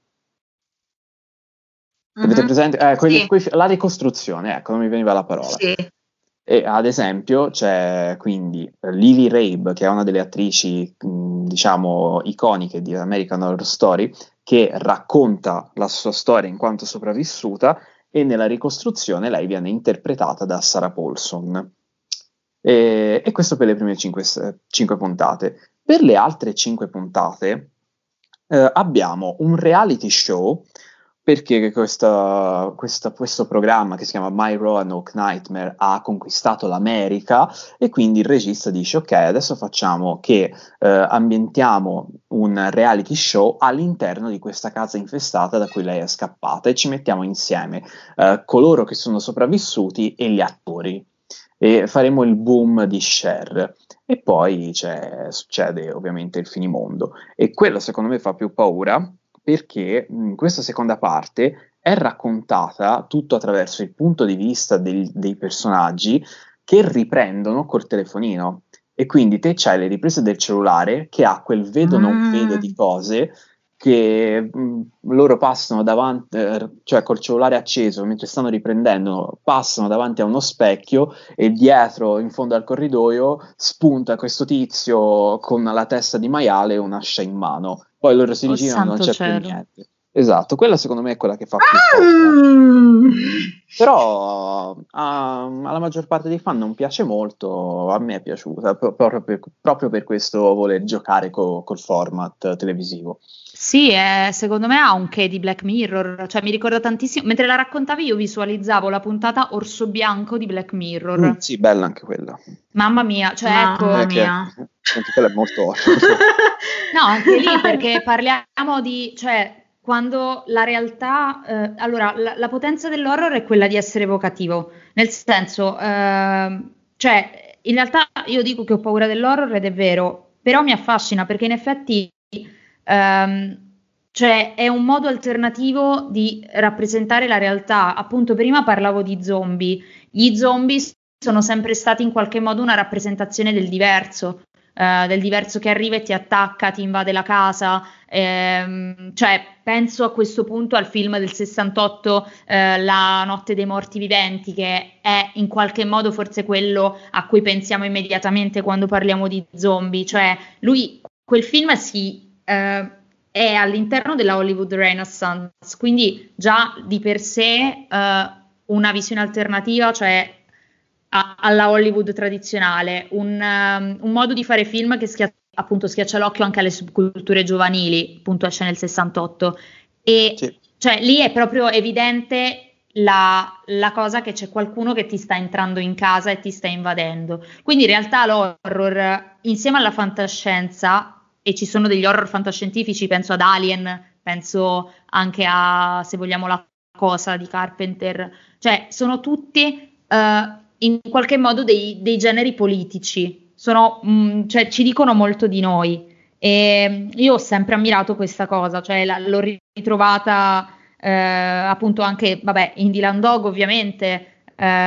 Avete presente? Sì. La ricostruzione, ecco, non mi veniva la parola. Sì. E ad esempio c'è quindi Lily Rabe, che è una delle attrici, diciamo, iconiche di American Horror Story, che racconta la sua storia in quanto sopravvissuta, e nella ricostruzione lei viene interpretata da Sarah Paulson. E questo per le prime 5 puntate. Per le altre 5 puntate abbiamo un reality show, perché questo programma che si chiama My Roanoke Nightmare ha conquistato l'America, e quindi il regista dice: ok, adesso facciamo che ambientiamo un reality show all'interno di questa casa infestata da cui lei è scappata, e ci mettiamo insieme coloro che sono sopravvissuti e gli attori, e faremo il boom di Cher. E poi succede ovviamente il finimondo, e quello secondo me fa più paura, perché in questa seconda parte è raccontata tutto attraverso il punto di vista dei personaggi che riprendono col telefonino, e quindi te c'hai le riprese del cellulare che ha quel vedo non vedo di cose che loro passano davanti, cioè col cellulare acceso mentre stanno riprendendo, passano davanti a uno specchio, e dietro in fondo al corridoio spunta questo tizio con la testa di maiale e un'ascia in mano. Poi loro si rigirano e non c'è più niente. Esatto, quella secondo me è quella che fa più paura. Però alla maggior parte dei fan non piace molto, a me è piaciuta, proprio per questo voler giocare col format televisivo. Sì, secondo me ha un che di Black Mirror, cioè mi ricorda tantissimo, mentre la raccontavi io visualizzavo la puntata Orso Bianco di Black Mirror. Sì, bella anche quella. Mamma mia, cioè Mamma ecco... mia. Anche quella è molto No, anche lì perché parliamo di, cioè, quando la realtà, allora, la potenza dell'horror è quella di essere evocativo, nel senso, cioè, in realtà io dico che ho paura dell'horror ed è vero, però mi affascina perché in effetti, cioè, è un modo alternativo di rappresentare la realtà. Appunto, prima parlavo di zombie, gli zombie sono sempre stati in qualche modo una rappresentazione del diverso che arriva e ti attacca, ti invade la casa, cioè penso a questo punto al film del 68, La notte dei morti viventi, che è in qualche modo forse quello a cui pensiamo immediatamente quando parliamo di zombie, cioè quel film è all'interno della Hollywood Renaissance, quindi già di per sé una visione alternativa, cioè alla Hollywood tradizionale, un modo di fare film che schiaccia l'occhio anche alle subculture giovanili, appunto esce nel 68, e sì. Cioè lì è proprio evidente la cosa che c'è qualcuno che ti sta entrando in casa e ti sta invadendo, quindi in realtà l'horror insieme alla fantascienza, e ci sono degli horror fantascientifici, penso ad Alien, penso anche a, se vogliamo, La Cosa di Carpenter, cioè sono tutti in qualche modo dei generi politici, cioè ci dicono molto di noi, e io ho sempre ammirato questa cosa, cioè l'ho ritrovata appunto anche, vabbè, in Dylan Dog ovviamente,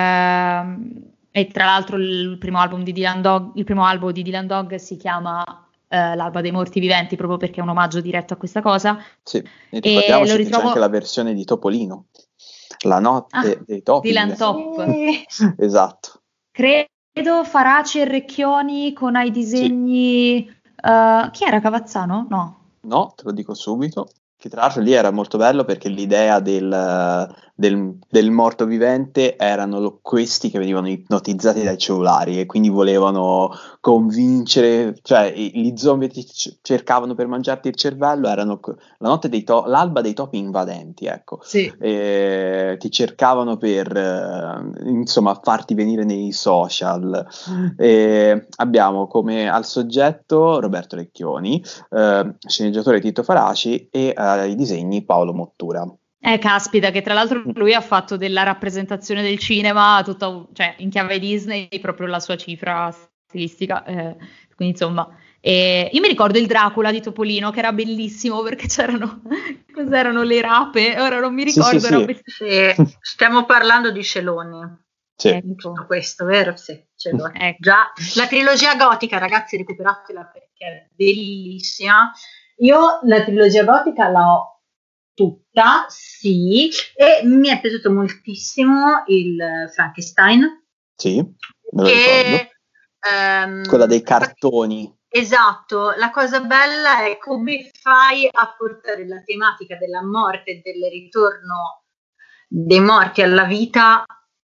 e tra l'altro il primo album di Dylan Dog si chiama L'alba dei morti viventi, proprio perché è un omaggio diretto a questa cosa. Sì, e ricordiamoci che c'è anche la versione di Topolino, La notte dei topi. Dylan Top. Esatto. Credo Faraci e Recchioni con ai disegni... Sì. Chi era, Cavazzano? No, te lo dico subito. Che tra l'altro lì era molto bello perché l'idea del morto vivente erano questi che venivano ipnotizzati dai cellulari, e quindi volevano convincere, cioè gli zombie ti cercavano per mangiarti il cervello, erano l'alba dei topi invadenti, ecco. Sì. Ti cercavano per insomma farti venire nei social. Abbiamo come al soggetto Roberto Recchioni, sceneggiatore Tito Faraci, e i disegni Paolo Mottura. Caspita, che tra l'altro lui ha fatto della rappresentazione del cinema tutta, cioè in chiave Disney, proprio la sua cifra stilistica, quindi insomma E io mi ricordo il Dracula di Topolino, che era bellissimo perché cos'erano le rape? Ora non mi ricordo. Sì, stiamo parlando di Celoni. Sì. In tutto questo, vero? Sì, Celoni. Ecco. Già, la trilogia gotica, ragazzi, recuperatela perché è bellissima. Io la trilogia gotica l'ho tutta, sì, e mi è piaciuto moltissimo il Frankenstein. Sì, me lo ricordo. Quella dei cartoni. Esatto, la cosa bella è come fai a portare la tematica della morte e del ritorno dei morti alla vita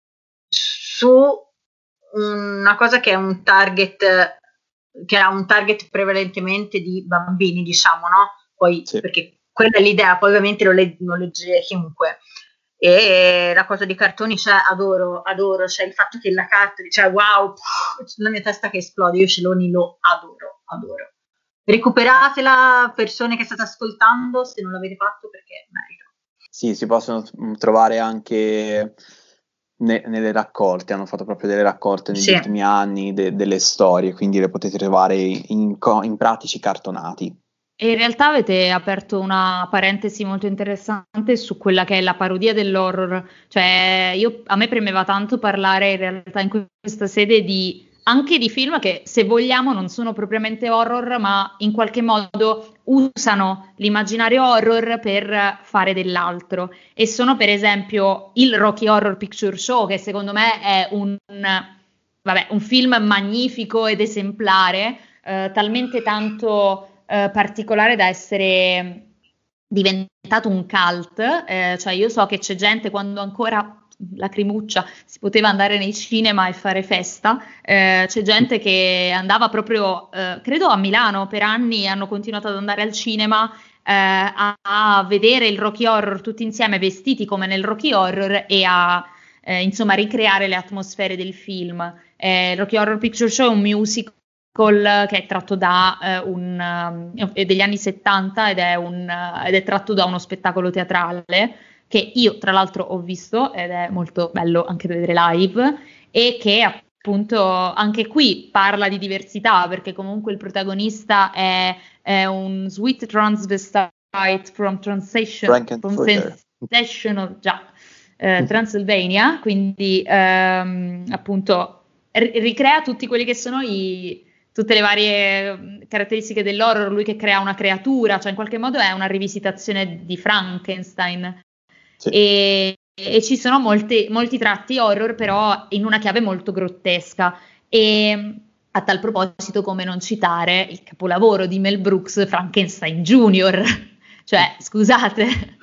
su una cosa che è un target, che ha un target prevalentemente di bambini, diciamo, no? Poi, sì, perché quella è l'idea, poi ovviamente lo legge chiunque. E la cosa di cartoni, cioè, adoro, cioè il fatto che la carta, cioè wow, la mia testa che esplode, io Celoni lo adoro. Recuperatela, persone che state ascoltando, se non l'avete fatto, perché merita. Sì, si possono trovare anche nelle raccolte, hanno fatto proprio delle raccolte negli ultimi anni delle storie, quindi le potete trovare in pratici cartonati. E in realtà avete aperto una parentesi molto interessante su quella che è la parodia dell'horror, cioè a me premeva tanto parlare in realtà in questa sede anche di film che, se vogliamo, non sono propriamente horror, ma in qualche modo usano l'immaginario horror per fare dell'altro, e sono per esempio il Rocky Horror Picture Show, che secondo me è un film magnifico ed esemplare, talmente tanto particolare da essere diventato un cult, cioè io so che c'è gente, quando ancora Lacrimuccia si poteva andare nei cinema e fare festa, c'è gente che andava proprio, credo a Milano per anni hanno continuato ad andare al cinema a vedere il Rocky Horror tutti insieme, vestiti come nel Rocky Horror, e a insomma ricreare le atmosfere del film. Rocky Horror Picture Show è un musical che è tratto degli anni 70 ed è tratto da uno spettacolo teatrale che io tra l'altro ho visto ed è molto bello anche da vedere live, e che appunto anche qui parla di diversità, perché comunque il protagonista è un sweet transvestite from Transylvania, quindi appunto ricrea tutti quelli che sono tutte le varie caratteristiche dell'horror, lui che crea una creatura, cioè in qualche modo è una rivisitazione di Frankenstein. Sì. E ci sono molti tratti horror, però in una chiave molto grottesca. E a tal proposito, come non citare il capolavoro di Mel Brooks, Frankenstein Junior. Cioè, scusate,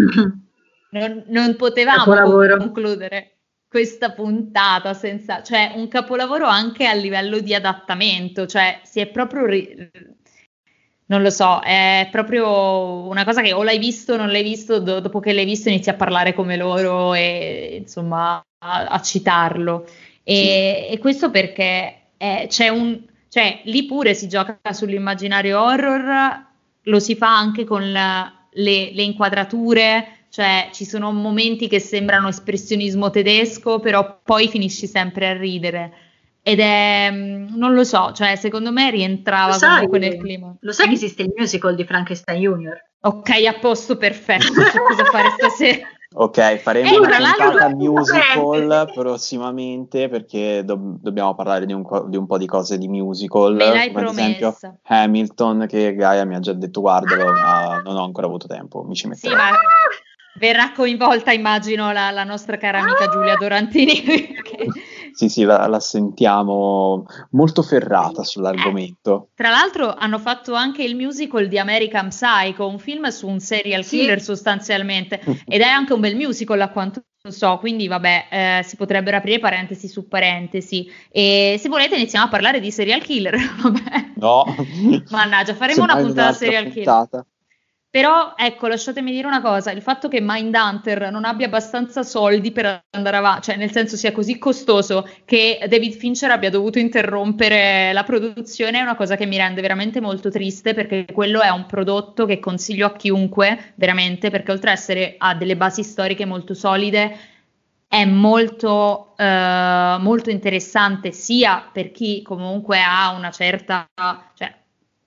non potevamo concludere questa puntata senza, cioè, un capolavoro anche a livello di adattamento, cioè si è proprio non lo so, è proprio una cosa che o l'hai visto o non l'hai visto, dopo che l'hai visto inizi a parlare come loro e insomma a citarlo. E questo perché cioè lì pure si gioca sull'immaginario horror, lo si fa anche con le inquadrature, cioè ci sono momenti che sembrano espressionismo tedesco, però poi finisci sempre a ridere. Ed è, non lo so, cioè secondo me rientrava comunque nel clima. Lo sai che esiste il musical di Frankenstein Junior? Ok, a posto, perfetto, c'è cosa fare stasera. Ok, faremo una puntata musical prossimamente, perché dobbiamo parlare di un po' di cose di musical. Me l'hai come promessa. Ad esempio Hamilton, che Gaia mi ha già detto guardalo, ma non ho ancora avuto tempo, mi ci metterò. Sì, ma verrà coinvolta, immagino, la nostra cara amica Giulia Dorantini. Sì, la sentiamo molto ferrata sull'argomento. Tra l'altro hanno fatto anche il musical di American Psycho, un film su un serial killer sostanzialmente, ed è anche un bel musical a quanto so, quindi vabbè, si potrebbero aprire parentesi su parentesi, e se volete iniziamo a parlare di serial killer. Vabbè. No. Mannaggia, faremo una puntata serial killer. Però ecco, lasciatemi dire una cosa, il fatto che Mindhunter non abbia abbastanza soldi per andare avanti, cioè nel senso sia così costoso che David Fincher abbia dovuto interrompere la produzione, è una cosa che mi rende veramente molto triste, perché quello è un prodotto che consiglio a chiunque, veramente, perché oltre a essere ha delle basi storiche molto solide, è molto interessante sia per chi comunque ha una certa, cioè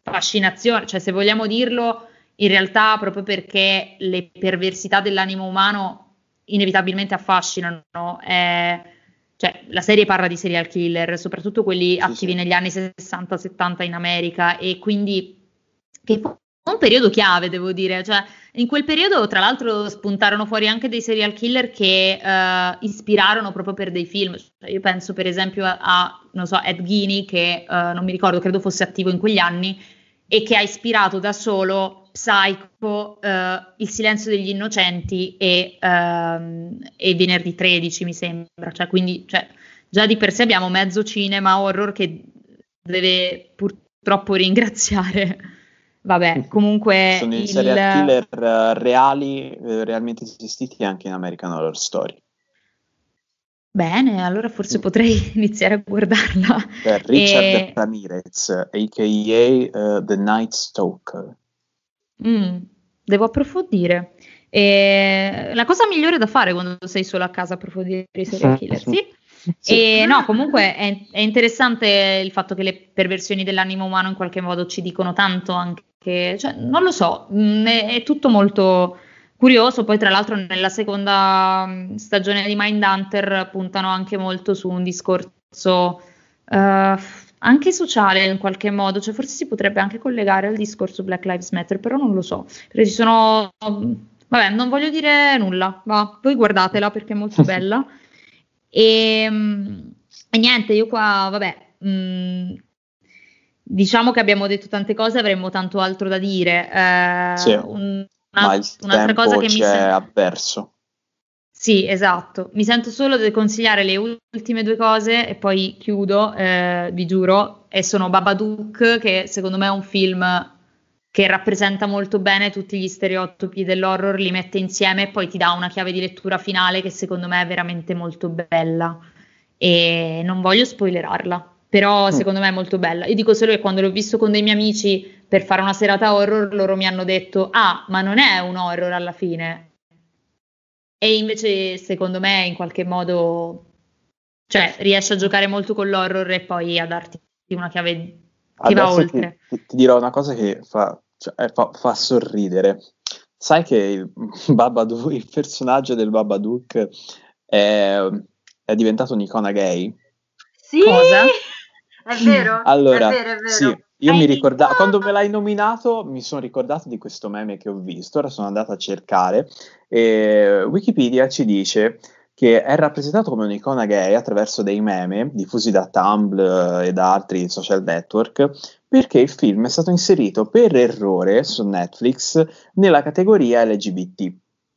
fascinazione, cioè se vogliamo dirlo, in realtà proprio perché le perversità dell'animo umano inevitabilmente affascinano, cioè la serie parla di serial killer, soprattutto quelli attivi negli anni 60-70 in America, e quindi che fu un periodo chiave, devo dire, cioè in quel periodo tra l'altro spuntarono fuori anche dei serial killer che ispirarono proprio per dei film. Cioè, io penso per esempio non so, Ed Gein, che non mi ricordo, credo fosse attivo in quegli anni, e che ha ispirato da solo Psycho, Il silenzio degli innocenti e Venerdì 13, mi sembra. Cioè, quindi già di per sé abbiamo mezzo cinema horror che deve purtroppo ringraziare. Vabbè, comunque sono i serial killer reali, realmente esistiti anche in American Horror Story. Bene, allora forse potrei iniziare a guardarla. Richard Ramirez, a.k.a. The Night Stalker. Devo approfondire. La cosa migliore da fare quando sei solo a casa, approfondire i serial killer, sì. E no, comunque è interessante il fatto che le perversioni dell'animo umano in qualche modo ci dicono tanto, anche, cioè, non lo so, è tutto molto curioso. Poi tra l'altro nella seconda stagione di Mindhunter puntano anche molto su un discorso anche sociale in qualche modo, cioè forse si potrebbe anche collegare al discorso Black Lives Matter, però non lo so, perché ci sono, vabbè, non voglio dire nulla, va, voi guardatela perché è molto bella. E niente, io qua, vabbè, diciamo che abbiamo detto tante cose, avremmo tanto altro da dire. Ma il un'altra tempo cosa che ci è avverso. Sì, esatto. Mi sento solo di consigliare le ultime due cose e poi chiudo, vi giuro, e sono Babadook, che secondo me è un film che rappresenta molto bene tutti gli stereotipi dell'horror, li mette insieme e poi ti dà una chiave di lettura finale che secondo me è veramente molto bella. E non voglio spoilerarla, però secondo me è molto bella. Io dico solo che quando l'ho visto con dei miei amici per fare una serata horror, loro mi hanno detto: ah, ma non è un horror alla fine. E invece secondo me in qualche modo, cioè, riesce a giocare molto con l'horror e poi a darti una chiave che va oltre. Ti dirò una cosa che fa sorridere. Sai che il personaggio del Babadook è diventato un'icona gay? Sì, cosa? È vero, allora, è vero. Sì, io mi ricordavo, quando me l'hai nominato, mi sono ricordato di questo meme che ho visto, ora sono andato a cercare, e Wikipedia ci dice che è rappresentato come un'icona gay attraverso dei meme diffusi da Tumblr e da altri social network, perché il film è stato inserito per errore su Netflix nella categoria LGBT.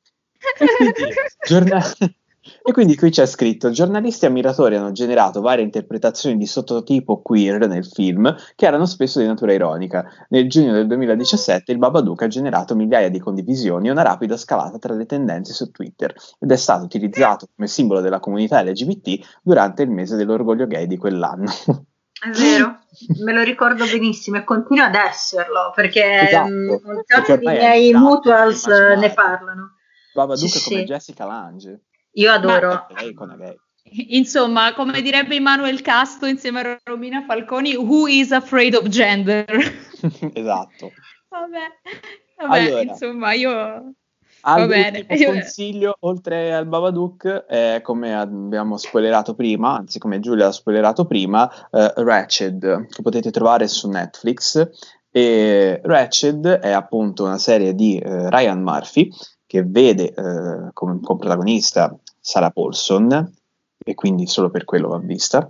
E quindi qui c'è scritto: giornalisti ammiratori hanno generato varie interpretazioni di sottotipo queer nel film, che erano spesso di natura ironica. Nel giugno del 2017 il Babadook ha generato migliaia di condivisioni e una rapida scalata tra le tendenze su Twitter, ed è stato utilizzato come simbolo della comunità LGBT durante il mese dell'orgoglio gay di quell'anno. È vero, me lo ricordo benissimo e continua ad esserlo, perché un sacco di miei mutuals ne parlano. Babadook è come Jessica Lange. Io adoro. Insomma, come direbbe Immanuel Casto insieme a Romina Falconi, who is afraid of gender? Esatto. Vabbè, allora, insomma, io... L'ultimo consiglio, oltre al Babadook, è, come abbiamo spoilerato prima, anzi come Giulia ha spoilerato prima, Ratched, che potete trovare su Netflix. E Ratched è appunto una serie di Ryan Murphy, che vede come protagonista Sarah Paulson, e quindi solo per quello va vista.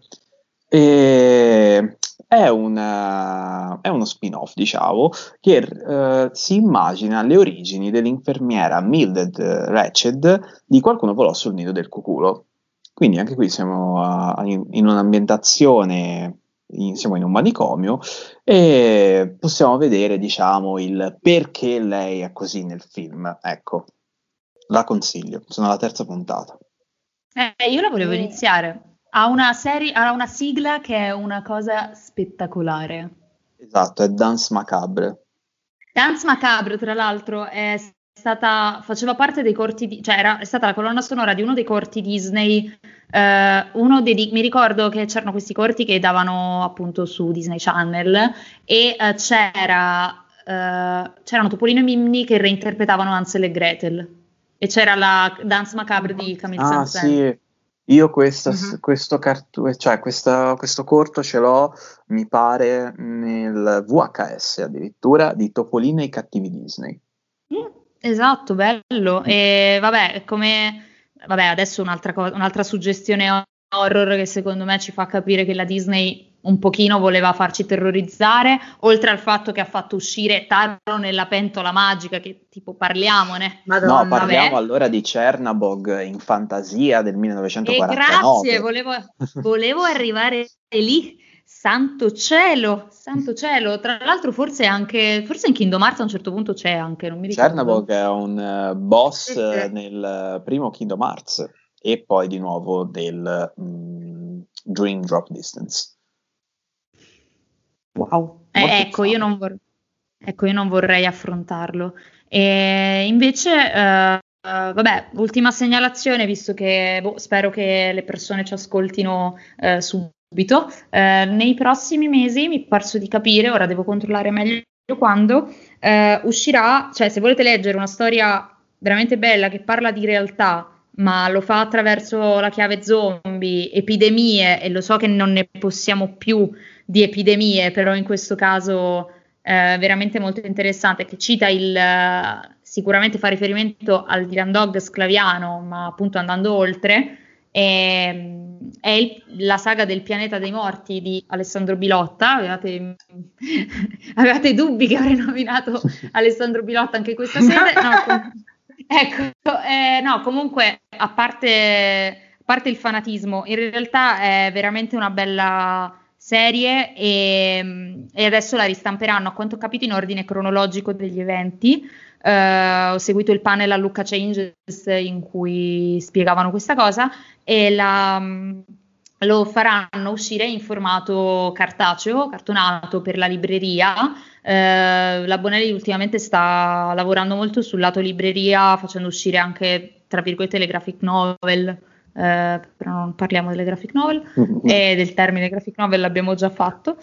E è uno spin-off, diciamo, che si immagina le origini dell'infermiera Mildred Ratched di Qualcuno volò sul nido del cuculo. Quindi anche qui siamo in un'ambientazione, siamo in un manicomio, e possiamo vedere, diciamo, il perché lei è così nel film. Ecco, la consiglio, sono alla terza puntata. Io la volevo iniziare. Ha una sigla che è una cosa spettacolare. Esatto, è Danse Macabre. Danse Macabre, tra l'altro, è faceva parte dei corti, è stata la colonna sonora di uno dei corti Disney. Mi ricordo che c'erano questi corti che davano appunto su Disney Channel e c'erano Topolino e Mimmi che reinterpretavano Hansel e Gretel e c'era la Danse Macabre di Camille Saint-Saëns. Sì, io questo corto ce l'ho, mi pare, nel VHS addirittura, di Topolino e i cattivi Disney. Esatto, bello. E vabbè, adesso un'altra suggestione horror che secondo me ci fa capire che la Disney un pochino voleva farci terrorizzare, oltre al fatto che ha fatto uscire Tarlo nella pentola magica, che tipo parliamone. Madonna, no, parliamo vabbè. Allora di Cernabog in fantasia del 1949. Grazie, volevo arrivare lì. Santo cielo, tra l'altro forse in Kingdom Hearts a un certo punto c'è anche, non mi ricordo. Cernabog è un boss nel primo Kingdom Hearts e poi di nuovo del Dream Drop Distance. Wow, ecco, io non vorrei affrontarlo. E invece, vabbè, ultima segnalazione, visto che spero che le persone ci ascoltino subito. Nei prossimi mesi mi è parso di capire, ora devo controllare meglio quando, uscirà, cioè se volete leggere una storia veramente bella che parla di realtà, ma lo fa attraverso la chiave zombie, epidemie, e lo so che non ne possiamo più di epidemie, però in questo caso veramente molto interessante, che cita sicuramente fa riferimento al Dylan Dog sclaviano, ma appunto andando oltre. È la saga del pianeta dei morti di Alessandro Bilotta. Avevate dubbi che avrei nominato Alessandro Bilotta anche questa sera? No, comunque a parte il fanatismo, in realtà è veramente una bella serie e adesso la ristamperanno, a quanto ho capito, in ordine cronologico degli eventi. Ho seguito il panel a Lucca Changes in cui spiegavano questa cosa e lo faranno uscire in formato cartaceo, cartonato per la libreria. La Bonelli ultimamente sta lavorando molto sul lato libreria, facendo uscire anche, tra virgolette, le graphic novel, però non parliamo delle graphic novel, e del termine graphic novel l'abbiamo già fatto.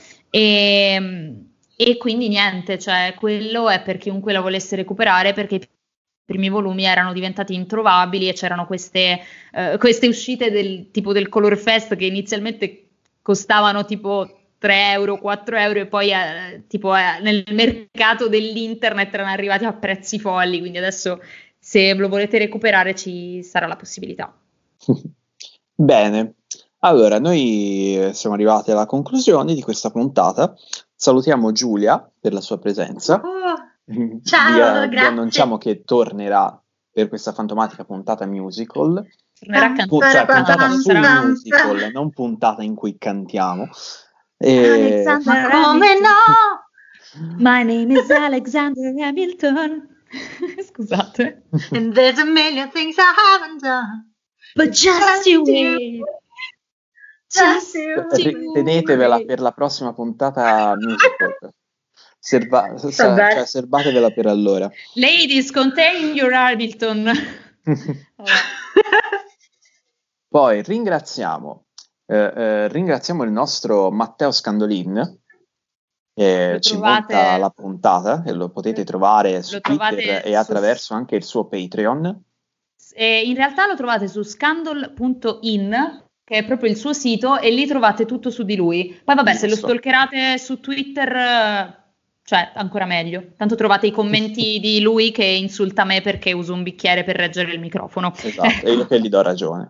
E quindi niente, cioè quello è per chiunque la volesse recuperare, perché i primi volumi erano diventati introvabili e c'erano queste uscite del tipo del Color Fest che inizialmente costavano tipo 3 euro, 4 euro e poi nel mercato dell'internet erano arrivati a prezzi folli, quindi adesso se lo volete recuperare ci sarà la possibilità. Bene, allora noi siamo arrivati alla conclusione di questa puntata. Salutiamo Giulia per la sua presenza. Ciao, vi annunciamo che tornerà per questa fantomatica puntata musical. Tornerà a cantare. Puntata su musical, non puntata in cui cantiamo. Ma come no? My name is Alexander Hamilton. Scusate. And there's a million things I haven't done. But just you wait. Tenetevela per la prossima puntata musical. Serbatevela per allora. Ladies, contain your Hamilton. Poi ringraziamo il nostro Matteo Scandolin, che ci monta la puntata e lo potete trovare su Twitter e attraverso anche il suo Patreon. In realtà lo trovate su scandal.in, che è proprio il suo sito, e lì trovate tutto su di lui. Poi vabbè, se lo stalkerate su Twitter, cioè ancora meglio, tanto trovate i commenti di lui che insulta me perché uso un bicchiere per reggere il microfono. Esatto, e io che gli do ragione.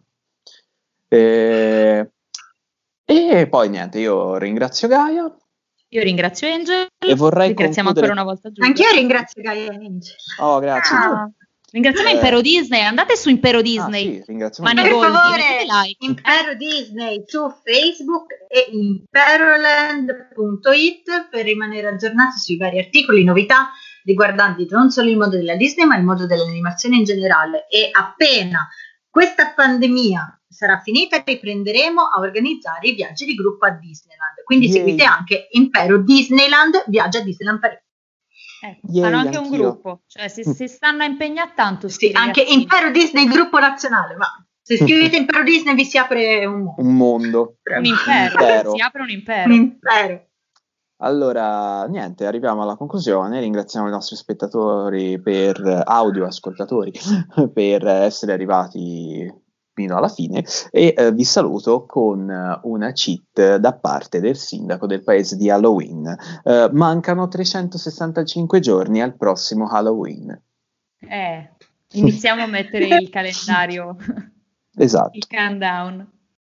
E poi niente, io ringrazio Gaia. Io ringrazio Angel. E vorrei ringraziamo ancora una volta Giulia. Anch'io ringrazio Gaia e Angel. Oh, grazie. Ringraziamo Impero Disney, andate su Impero Disney. Sì, ringraziamo. Per favore, Impero Disney su Facebook e imperoland.it per rimanere aggiornati sui vari articoli, novità riguardanti non solo il mondo della Disney ma il mondo dell'animazione in generale. E appena questa pandemia sarà finita riprenderemo a organizzare i viaggi di gruppo a Disneyland, quindi seguite anche Impero Disneyland, viaggia a Disneyland Paris. Fanno anche un gruppo, cioè se stanno a impegnare tanto. Sì, anche Impero Disney, gruppo nazionale, ma se scrivete Impero Disney vi si apre un mondo. Un impero. Si apre un impero. Un impero. Allora, niente, arriviamo alla conclusione. Ringraziamo i nostri spettatori ascoltatori, per essere arrivati fino alla fine e vi saluto con una cheat da parte del sindaco del paese di Halloween. Mancano 365 giorni al prossimo Halloween. Iniziamo a mettere il calendario. Esatto. Il countdown.